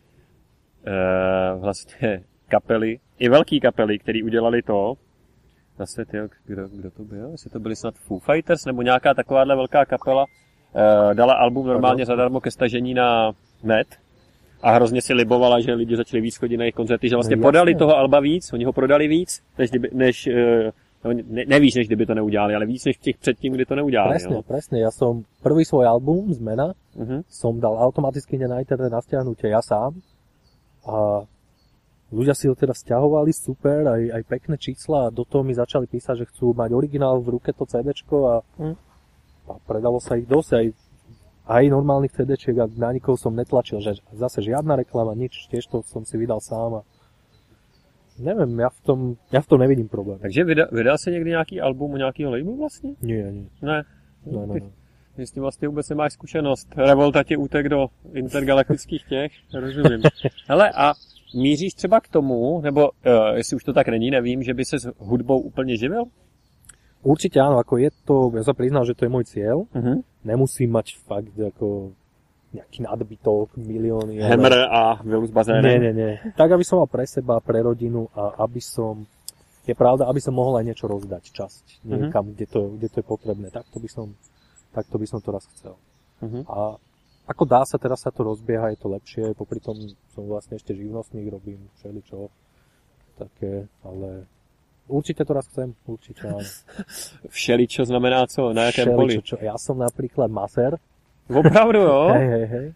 vlastně kapely, i velký kapely, který udělali to, zase kdo to byl? Jestli to byli snad Foo Fighters, nebo nějaká takováhle velká kapela, dala album normálně zadarmo ke stažení na net a hrozně si libovala, že lidi začali víc chodit na jejich koncerty, že vlastně podali toho alba víc, oni ho prodali víc, než nevíš, než kdyby to neudělali, ale víc než těch předtým, kdy to neudělali. Presne. Ja som prvý svoj album, Zmena, som dal automaticky na internet na stiahnutie ja sám a ľudia si ho teda stiahovali, super, aj pekné čísla a do toho mi začali písať, že chcú mať originál v ruke to CDčko a predalo sa ich dosť, aj normálnych CDčiek a na nikoho som netlačil, že zase žiadna reklama, nič, tiež to som si vydal sám a nevím, já v tom nevidím problém. Takže vydal jsi někdy nějaký album u nějakého labelu vlastně? Ne. Ty s tím vlastně vůbec nemáš zkušenost. Revolta ti útek do intergalaktických těch, rozumím. Hele, a míříš třeba k tomu, nebo jestli už to tak není, nevím, že by se s hudbou úplně živil? Určitě áno, ako je to, ja sa priznám, že to je môj cieľ. Nemusím mať fakt ako nejaký nadbytok, milióny. Hammer a vilu s bazénem. Nie. Tak, aby som mal pre seba, pre rodinu a aby som, je pravda, aby som mohol aj niečo rozdať, časť niekam, kde to je potrebné. Takto by som to raz chcel. A ako dá sa, teraz sa to rozbieha, je to lepšie, popri tom som vlastne ešte živnostník, robím všeličo také, ale určite to raz chcem, určite áno. Všeličo znamená co? Na jakém poli? Ja som napríklad masér. Opravdu, jo? Hej.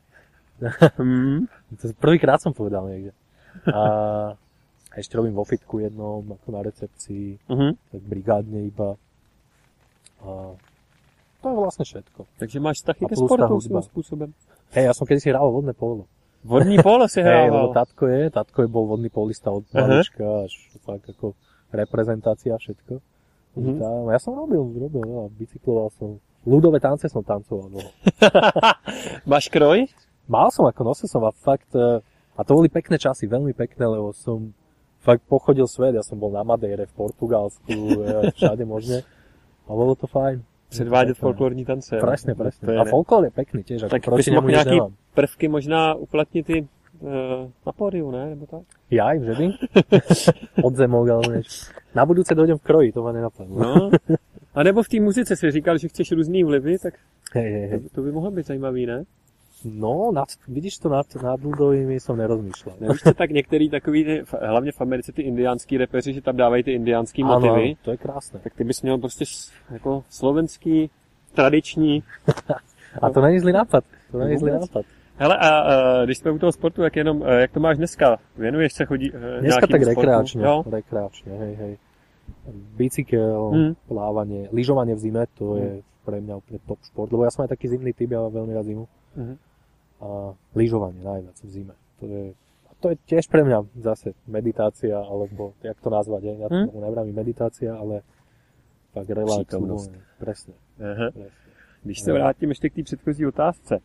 Prvýkrát som povedal niekde. A ešte robím vo fitku jednom, ako na recepcii, tak brigádne iba. A to je vlastne všetko. Takže máš vztahy ke sportu svým spôsobom. Hej, ja som kedysi hral vodné polo. Vodní polo si hrával? Hej, lebo tatko je bol vodný polista od malička, až fakt ako reprezentácia a všetko. Ja som robil, bicykloval som. Ľudové tance som tancoval dlho. Máš kroj? Mal som, ako nosil som a fakt, a to boli pekné časy, veľmi pekné, lebo som fakt pochodil svet, ja som bol na Madeire, v Portugalsku, všade možne a bolo to fajn. Předvádět folklorní tance. Presne. A folklor je pekný tiež, tak bys mohl nějaký prvky možná uplatnit i na pódiu, ne? Nebo tak? Jaj, že by? Odzemok, ale niečo. Na budúce dojdem v kroji, to ma nenapadlo. No. A nebo v té muzice si říkal, že chceš různý vlivy, tak hej. To by mohlo být zajímavý, ne? No, vidíš to nad ľudovými som nerozmýšľal. Nevíš co, tak některý takový, hlavně v Americe ty indiánský repeři, že tam dávají ty indiánský motivy. Ano, to je krásné. Tak ty bys měl prostě jako slovenský, tradiční. A to není zlý nápad. Hele, a když jsme u toho sportu, jak to máš dneska? Věnuješ se dneska tak sportu? rekreačne, hej. Bicykel, plávanie, lyžovanie v zime, to je pre mňa úplne top šport, lebo ja som aj taký zimný typ, ja veľmi rád zimu. A lyžovanie najviac v zime. To je tiež pre mňa zase meditácia, alebo jak to nazvať, ja tomu nevravím meditácia, ale tak relaxu. Presne. Když se vrátím ještě k té předchozí otázce.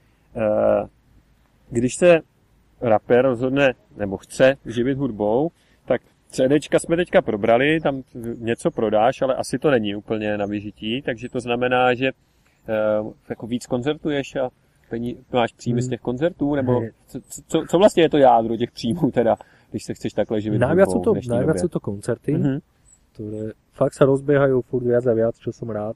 Když se rapper rozhodne, nebo chce živit hudbou, tak CDčka jsme teďka probrali, tam něco prodáš, ale asi to není úplně na vyžití, takže to znamená, že jako víc koncertuješ a máš příjmy z těch koncertů, nebo co vlastně je to jádro těch příjmů teda, když se chceš takhle živit hudbou? Najviac sú to koncerty, ktoré fakt sa rozbiehajú furt viac a viac, čo som rád.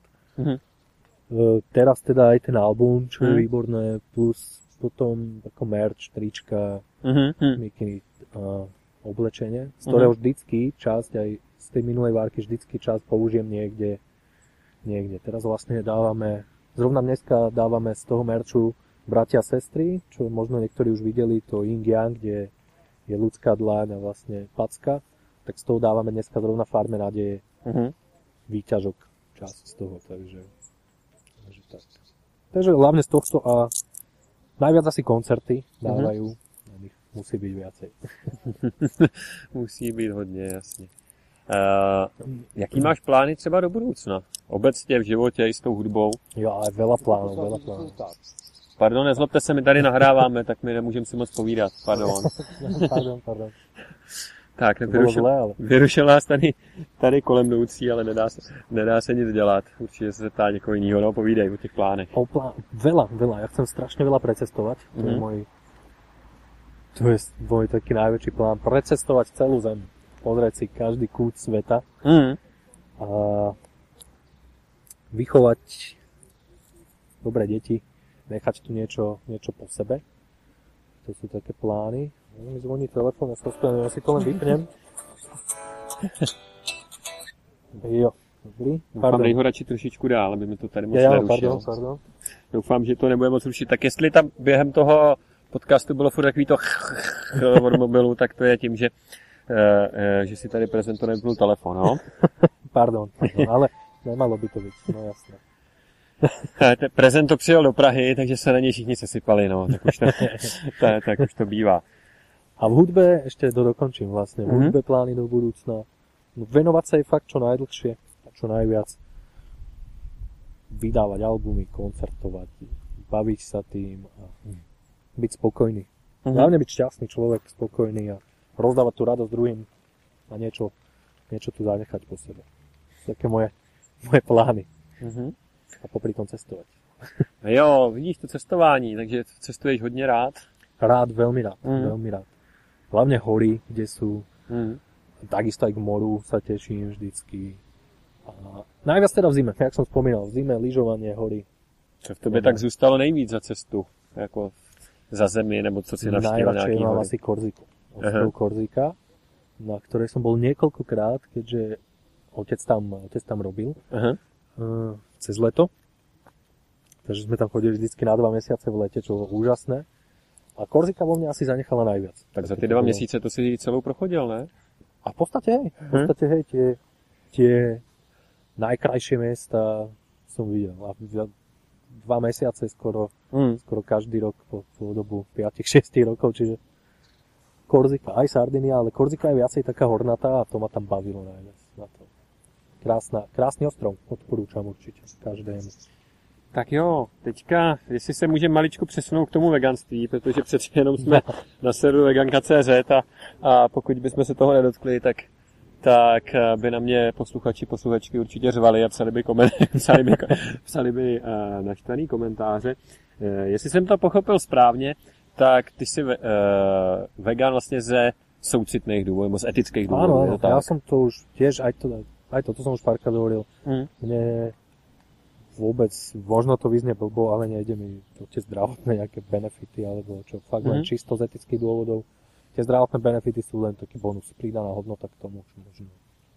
Teraz teda aj ten album, čo je výborné, plus potom ako merch, trička, mikiny. oblečenie, z ktorého vždycky časť, aj z tej minulej várky vždycky časť použijem niekde. Teraz vlastne zrovna dneska dávame z toho merču bratia a sestry, čo možno niektorí už videli, to Yin Yang, kde je ľudská dláň a vlastne packa, tak z toho dávame dneska zrovna Farme nádeje výťažok časť z toho, takže tak. Takže hlavne z tohto a najviac asi koncerty dávajú, musí byť viacej. Musí být hodně, jasně. Jaký máš plány třeba do budoucna? Obecně v životě i s tou hudbou? Jo, ale veľa plánov. Pardon, nezlobte se, my tady nahráváme, tak my nemůžeme si moc povídat. Pardon. Tak, vyrušil nás tady kolem jdoucí, ale nedá se nic dělat. Určitě se ptá někoho jiného, no povídej o těch plánech. Veľa. Ja chcem strašne veľa precestovať. To je môj taký najväčší plán. Precestovať celú zem. Pozrieť si každý kút sveta. A vychovať dobré deti. Nechať tu niečo po sebe. To sú také plány. Mi zvoní telefón, ja si to len vypnem. Jo, dobrý. Doufám, dej ho radši trošičku dál, aby mi to tady moc nerušil. Pardon. Doufám, že to nebude moc rušit. Tak jestli tam během toho podcastu bylo furt takový to od mobilu, tak to je tím, že si tady prezento nevypnul telefon, no? Pardon, ale nemalo by to být, no jasné. Prezent to přijel do Prahy, takže se na něj všichni sesypali, no, tak už to bývá. A v hudbe, ešte dokončím vlastne, v hudbe plány do budúcna, venovať sa jej fakt čo najdlhšie a čo najviac, vydávať albumy, koncertovať, baviť sa tým a byť spokojný. Hlavne byť šťastný človek, spokojný a rozdávať tú radosť druhým a niečo tu zanechať po sebe. Také moje plány. A popri tom cestovať. Jo, vidíš to cestování, takže cestuješ hodně rád? Veľmi rád. Hlavne hory, kde sú. Takisto aj k moru sa teším vždycky. A najviac teda v zime, jak som spomínal, v zime, lyžovanie, hory. Co v tobě tak zůstalo nejvíc za cestu? Jako za zemi, nebo co si navštívil nějaký hory? Najradšej mám asi Korziku. Korzika, na ktorej som bol niekoľkokrát, keďže otec tam robil. Cez leto. Takže sme tam chodili vždycky na 2 mesiace v lete, čo bolo úžasné. A Korzika vo mne asi zanechala najviac. Tak za ty 2 měsíce to si celou prochodil, ne? A v podstate hej, tie najkrajšie miesta som videl. A 2 mesiace skoro každý rok po dobu 5-6 rokov, čiže Korzika, aj Sardinia, ale Korzika je viacej taká hornatá a to ma tam bavilo najviac na to. Krásný ostrov, odporúčam určite každému. Tak jo, teďka, jestli se můžeme maličko přesunout k tomu veganství, protože přeci jenom jsme na serveru veganka.cz a pokud bychom se toho nedotkli, tak by na mě posluchačky určitě řvali a psali by naštvaný komentáře. Jestli jsem to pochopil správně, tak ty jsi vegan vlastně ze soucitných důvodů, nebo z etických důvodů. Áno, ja som to už tiež, aj to som už párkrát hovoril. Mne vôbec, možno to vyznie blbo, ale nejde mi o tie zdravotné nejaké benefity, alebo čo, fakt len čisto z etických dôvodov. Tie zdravotné benefity sú len taký bonus, pridaná hodnota k tomu, čo možno.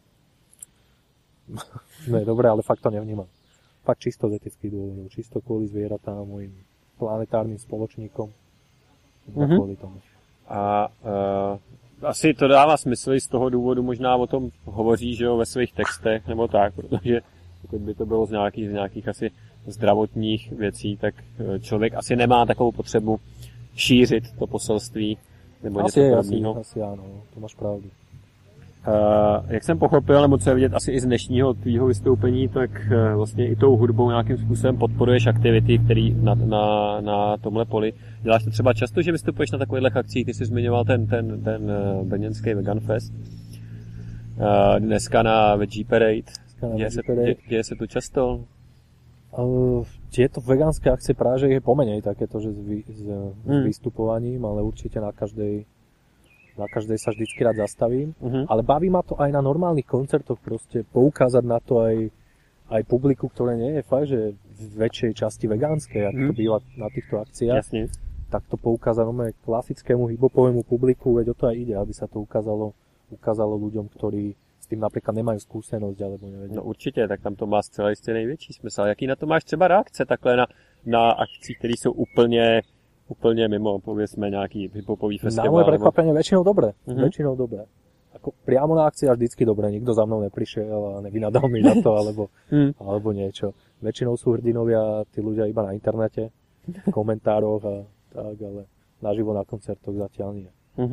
No je dobré, ale fakt to nevnímam. Fakt čisto z etických dôvodov, čisto kvôli zvieratám, mojim planetárnym spoločníkom. Kvôli tomu. A asi to dává smysl, z toho důvodu možná o tom hovoří, že jo, ve svých textech, nebo tak, protože pokud by to bylo z nějakých asi zdravotních věcí, tak člověk asi nemá takovou potřebu šířit to poselství, nebo něco podobného. Asi áno, to máš pravdu. Jak jsem pochopil, nebo co je vidět asi i z dnešního tvýho vystoupení, tak vlastně i tou hudbou nějakým způsobem podporuješ aktivity, které na tomhle poli. Děláš to třeba často, že vystupuješ na takových akcích, ty jsi zmiňoval ten brněnský Vegan Fest. Dneska na Veggie Parade. Děje se to často? Tieto vegánske akcie práve, že je pomenej takéto, že s vystupovaním, ale určite na každej sa vždycky rád zastavím. Ale baví ma to aj na normálnych koncertoch proste poukázať na to aj publiku, ktoré nie je fakt, že v väčšej časti vegánske, ako to býva na týchto akciách. Jasne. takto poukázať klasickému hip-hopovému publiku, veď o to aj ide, aby sa to ukázalo ľuďom, ktorí s tím například nemají zkušenost, alebo nevědí. No určitě, tak tam to má zcela jistě největší smysl. Jaký na to máš třeba reakce takhle na akcích, které jsou úplně mimo, pověsme nějaký hip-hopový festival? Na moje prekvapenie väčšinou dobré. Väčšinou dobré. Ako priamo na akcii až vždycky dobré. Nikto za mnou neprišiel a nevynadal mi na to, alebo niečo. Väčšinou sú hrdinovia tí ľudia iba na internete, v komentároch a tak, ale naživo na koncertoch zatiaľ nie.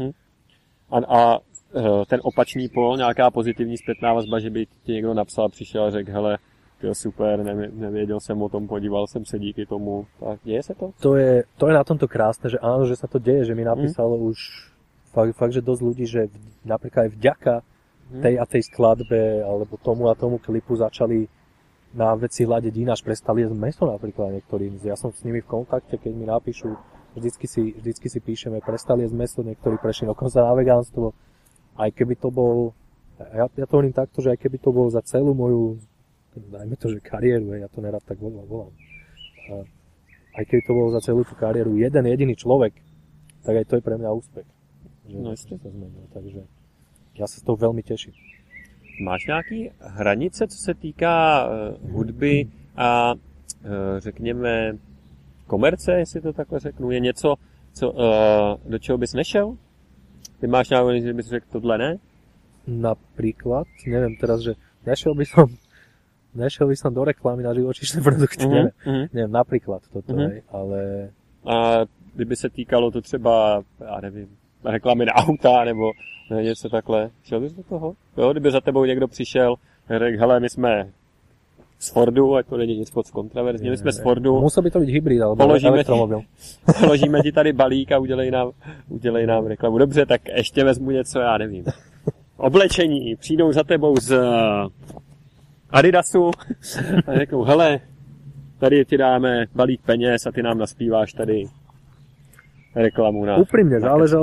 A ten opačný pól, nějaká pozitivní zpětná vazba, že by ti někdo napsal, přišel a řekl, hele, to je super, nevěděl jsem o tom, podíval jsem se díky tomu. Tak děje se to? To je na tomto krásne, že áno, že sa to deje, že mi napísalo už fakt, že dosť ľudí, že napríklad aj vďaka tej a tej skladbe, alebo tomu a tomu klipu začali na veci hľadiť ináč, prestali jesť meso napríklad niektorým. Ja som s nimi v kontakte, keď mi napíšu, vždycky si píšeme, prestali jesť meso, niektorí prešli dokonca na vegánstvo. Aj keby to bol, ja to hovorím takto, že aj keby to bol za celú moju, dajme to, že kariéru, ja to nerad tak volám. Aj keby to bol za celú tú kariéru jeden jediný človek, tak aj to je pre mňa úspech. Že no jistě. Se zmenil, takže já se z toho velmi těším. Máš nějaký hranice, co se týká hudby a řekněme komerce, jestli to takhle řeknu? Je něco, do čeho bys nešel? Ty máš nějaký, že bys řekl tohle ne? Napríklad, neviem teraz, že nešiel by som do reklamy na živočíšne produkty, neviem, napríklad toto, ale... A kdyby se týkalo to třeba, já nevím, reklamy na auta, nebo něco takhle, šel bys do toho? Jo, kdyby za tebou někdo přišel, řekl, hele, my jsme z Fordu, ať to není nic moc kontroverzní, my jsme z Fordu. Musel by to být hybrid, alebo elektromobil. Položíme ti tady balík a udělej nám reklamu. Dobře, tak ještě vezmu něco, já nevím. Oblečení, přijdou za tebou z Adidasu a řeknou, hele, tady ti dáme balík peněz a ty nám naspíváš tady reklamu na... Úprimne,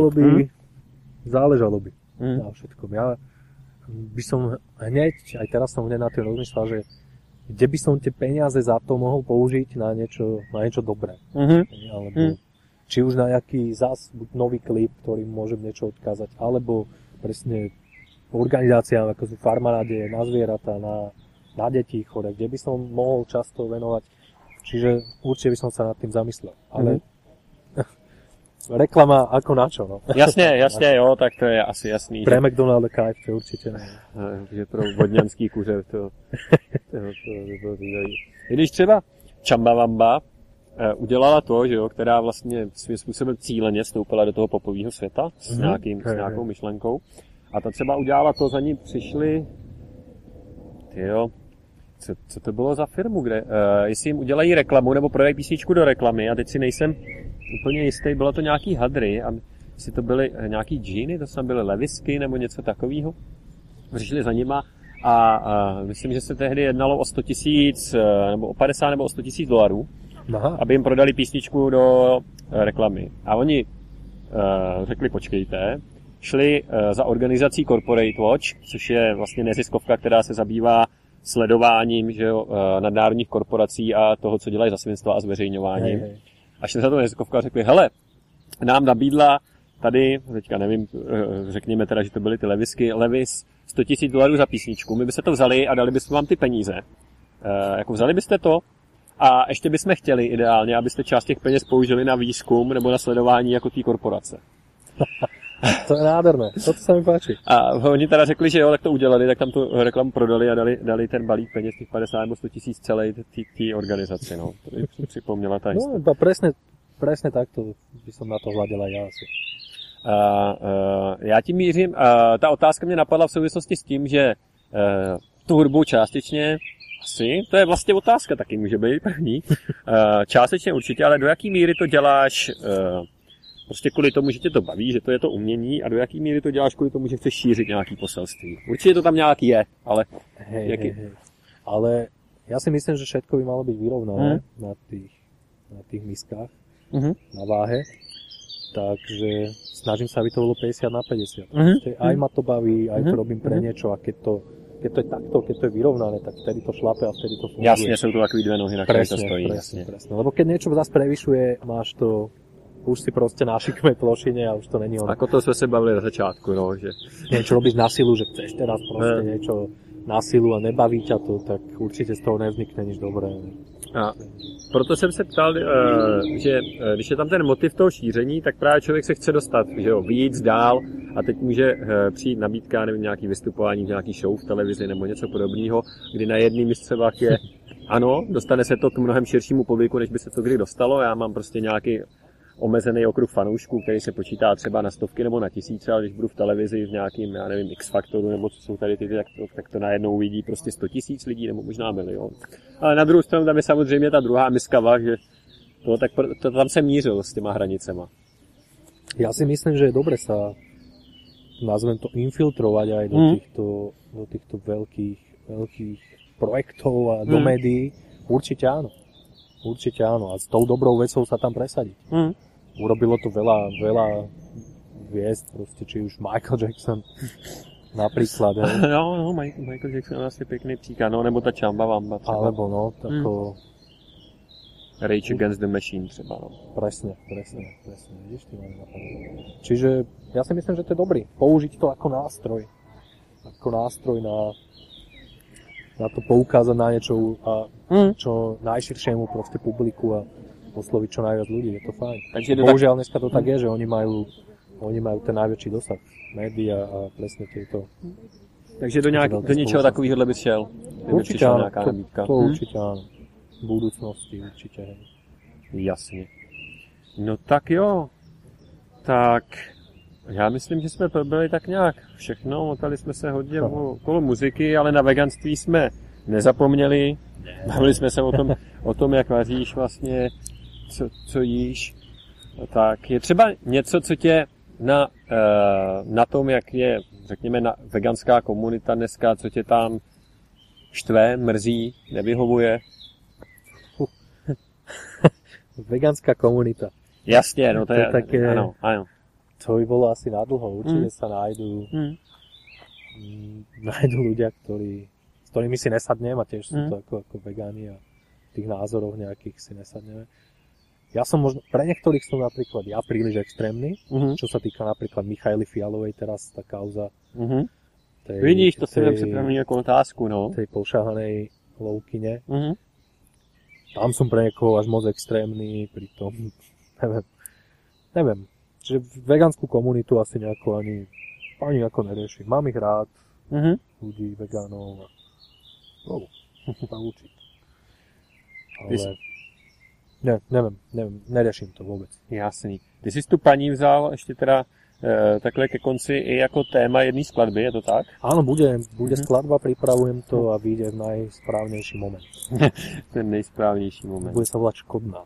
záležalo by na všetkom. Ja by som hneď, aj teraz som hneď na tým rozmýšľal, že kde by som tie peniaze za to mohol použiť na niečo dobré. Alebo či už na nejaký buď nový klip, ktorým môžem niečo odkázať, alebo presne organizáciám, ako sú farmaráde, na zvieratá, na deti chore, kde by som mohol často venovať. Čiže určite by som sa nad tým zamyslel. Ale reklama ako na čo, no? Jasně, jo, tak to je asi jasný. Pre McDonalda KFC určitě ne. Že pro vodňanský kuře to by bylo zajímavé. Když třeba Chumbawamba udělala to, že jo, která vlastně svým způsobem cíleně vstoupila do toho popového světa s nějakou myšlenkou. A ta třeba udělala to, za ní přišli, co to bylo za firmu, kde, jestli jim udělají reklamu nebo prodají písničku do reklamy a teď si nejsem úplně jistý, bylo to nějaký hadry a jestli to byly nějaký džíny, to tam byly levisky nebo něco takového. Přišli za nima a myslím, že se tehdy jednalo o 100 000, nebo o 50 nebo o 100 000 dolarů, aby jim prodali písničku do reklamy. A oni řekli, počkejte, šli za organizací Corporate Watch, což je vlastně neziskovka, která se zabývá sledováním, že jo, nadnárodních korporací a toho, co dělají za svinstva a zveřejňováním. A šli za to neziskovka a řekli, hele, nám nabídla tady, teďka nevím, řekněme teda, že to byly ty Levis, 100 000 dolarů za písničku, my by se to vzali a dali bychom vám ty peníze. Jako vzali byste to a ještě bychom chtěli ideálně, abyste část těch peněz použili na výzkum nebo na sledování jako té korporace. To je nádherné, to se mi páči. A oni teda řekli, že jo, tak to udělali, tak tam tu reklamu prodali a dali ten balík peněz, těch 50 nebo 100 000 celé té organizaci, no. To mi připomněla ta historie. No, presne takto by som na to hľadil aj ja asi. Já tím mířím, ta otázka mě napadla v souvislosti s tím, že tu hudbu částečně asi, to je vlastně otázka, taky může být první, částečně určitě, ale do jaký míry to děláš prostě kvůli tomu, že tě to baví, že to je to umění a do jaký míry to děláš kvůli tomu, že chceš šířit nějaký poselství. Určitě to tam nějaký je, ale... Hej. Ale ja si myslím, že všetko by malo byť vyrovnané na tých miskách, na váhe. Takže snažím sa, aby to bolo 50/50. Aj ma to baví, aj to robím pre niečo a keď to je takto, keď to je vyrovnané, tak vtedy to šlape a vtedy to funguje. Jasne, sú to takový dve nohy, na ktoré to stojí. Presne. Lebo keď niečo zase prevyšuje, máš to už si proste našikme plošine a už to není ono. Ako to sme sa bavili na začátku, no, že... Niečo robíš na silu, že chceš teraz proste niečo na silu a nebaví ťa to, tak určite z toho nevznikne nič dobré. A proto jsem se ptal, že když je tam ten motiv toho šíření, tak právě člověk se chce dostat, že jo, víc dál a teď může přijít nabídka, nevím, nějaký vystupování v nějaký show v televizi nebo něco podobného, kdy na jedný místcevách je ano, dostane se to k mnohem širšímu publiku, než by se to kdy dostalo. Já mám prostě nějaký omezený okruh fanoušků, který se počítá třeba na stovky nebo na tisíce, ale když budu v televizi v nějakým, já nevím, X Faktoru nebo co jsou tady ty, tak to najednou uvidí prostě 100 000 lidí nebo možná milion. Ale na druhou stranu tam je samozřejmě ta druhá miska vah, že to tam se mířil s těma hranicema. Ja si myslím, že je dobre sa, nazvem to, infiltrovať aj do týchto veľkých projektov a do médií. Určite áno. Určite áno. A s tou dobrou vecou sa tam presadiť. Urobilo to veľa hviezd, proste, či už Michael Jackson napríklad. No, Michael Jackson je asi pekný příklad, no, nebo ta Chamba Wamba třeba. Alebo no, tako... Rage Against the Machine třeba, no. Presne. Vidíš, ty máme napadne. Čiže ja si myslím, že to je dobrý. Použiť to ako nástroj. Ako nástroj na to poukázať na niečo a čo najširšiemu proste publiku a osloviť čo najviac ľudí. Je to fajn. Bohužiaľ dneska to tak je, že oni majú ten najväčší dosah. Média a presne tieto. Takže do niečoho takového bys šel? Určite áno. To určite áno. V budúcnosti určite. Jasně. No tak jo. Tak já myslím, že jsme probili tak nějak všechno. Motali jsme se hodně okolo muziky, ale na veganství jsme nezapomněli. Bavili jsme se o tom, jak vaříš vlastně, co jíš. Tak je třeba něco, co tě na tom, jak je, řekněme, veganská komunita dneska, co tě tam štve, mrzí, nevyhovuje? Vegánska komunita. Jasne, no to je také, áno. To by bolo asi nadlho. Určite sa nájdú ľudia, s ktorými si nesadnem a tiež sú to ako vegáni a v tých názoroch nejakých si nesadneme. Ja som možno, pre niektorých som napríklad príliš extrémny, čo sa týka napríklad Michaely Fialovej, teraz tá kauza. Vidíš, to si viem pripravený ako otázku, no. Tej pošahanej lovkyne. Tam som pre niekoho až moc extrémny, pritom neviem. Čiže vegánsku komunitu asi nejako ani ako neriešim. Mám ich rád, ľudí, vegánov a sa učiť. Ale neviem, neriešim to vôbec. Jasný. Ty jsi tu paní vzal ještě teda takhle ke konci i jako téma jedné skladby, je to tak? Áno, bude skladba, pripravujem to a vyjde v najsprávnejší moment. Ten nejsprávnější moment. Bude sa volať Škodná.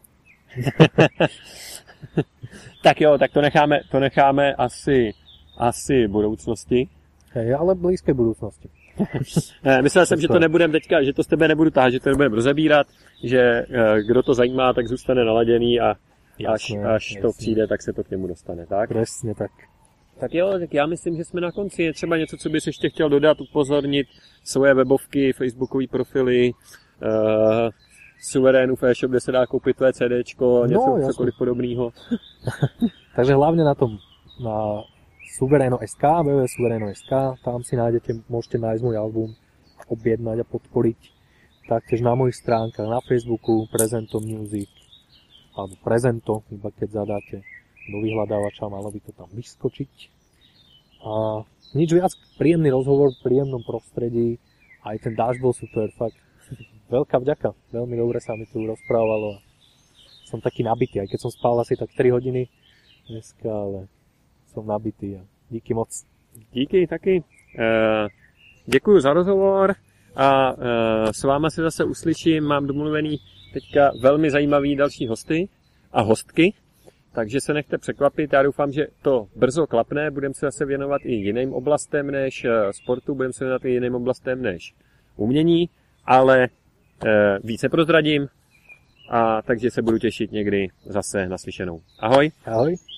Tak jo, tak to necháme asi v budoucnosti. Hej, ale blízké budoucnosti. Myslel jsem, že to nebudem teďka, že to z tebe nebudu táhat, že to nebudeme rozebírat, že kdo to zajímá, tak zůstane naladěný a až to přijde, tak se to k němu dostane, tak? Presne tak. Tak jo, tak já myslím, že jsme na konci. Je třeba něco, co bys ještě chtěl dodat, upozornit, svoje webovky, facebookové profily, Suverénův e-shop, kde se dá koupit tvoje CDčko, něco cokoliv podobného. Takže hlavne na tom, na Suvereno.sk, www.suvereno.sk, tam si môžete nájsť môj album, objednať a podporiť. Taktiež na mojich stránkach, na Facebooku, Prezento Music, alebo Prezento, iba keď zadáte do vyhľadávača, malo by to tam vyskočiť. A nič viac, príjemný rozhovor v príjemnom prostredí, aj ten dážď bol super, fakt. Veľká vďaka, veľmi dobre sa mi tu rozprávalo. Som taký nabitý, aj keď som spal asi tak 3 hodiny dneska, ale som nabitý a díky moc. Díky taky. Děkuju za rozhovor a s váma se zase uslyším. Mám domluvený teďka velmi zajímavý další hosty a hostky, takže se nechte překvapit. Já doufám, že to brzo klapne. Budeme se zase věnovat i jiným oblastem než sportu, budeme se věnovat i jiným oblastem než umění, ale více prozradím, a takže se budu těšit někdy zase naslyšenou. Ahoj. Ahoj.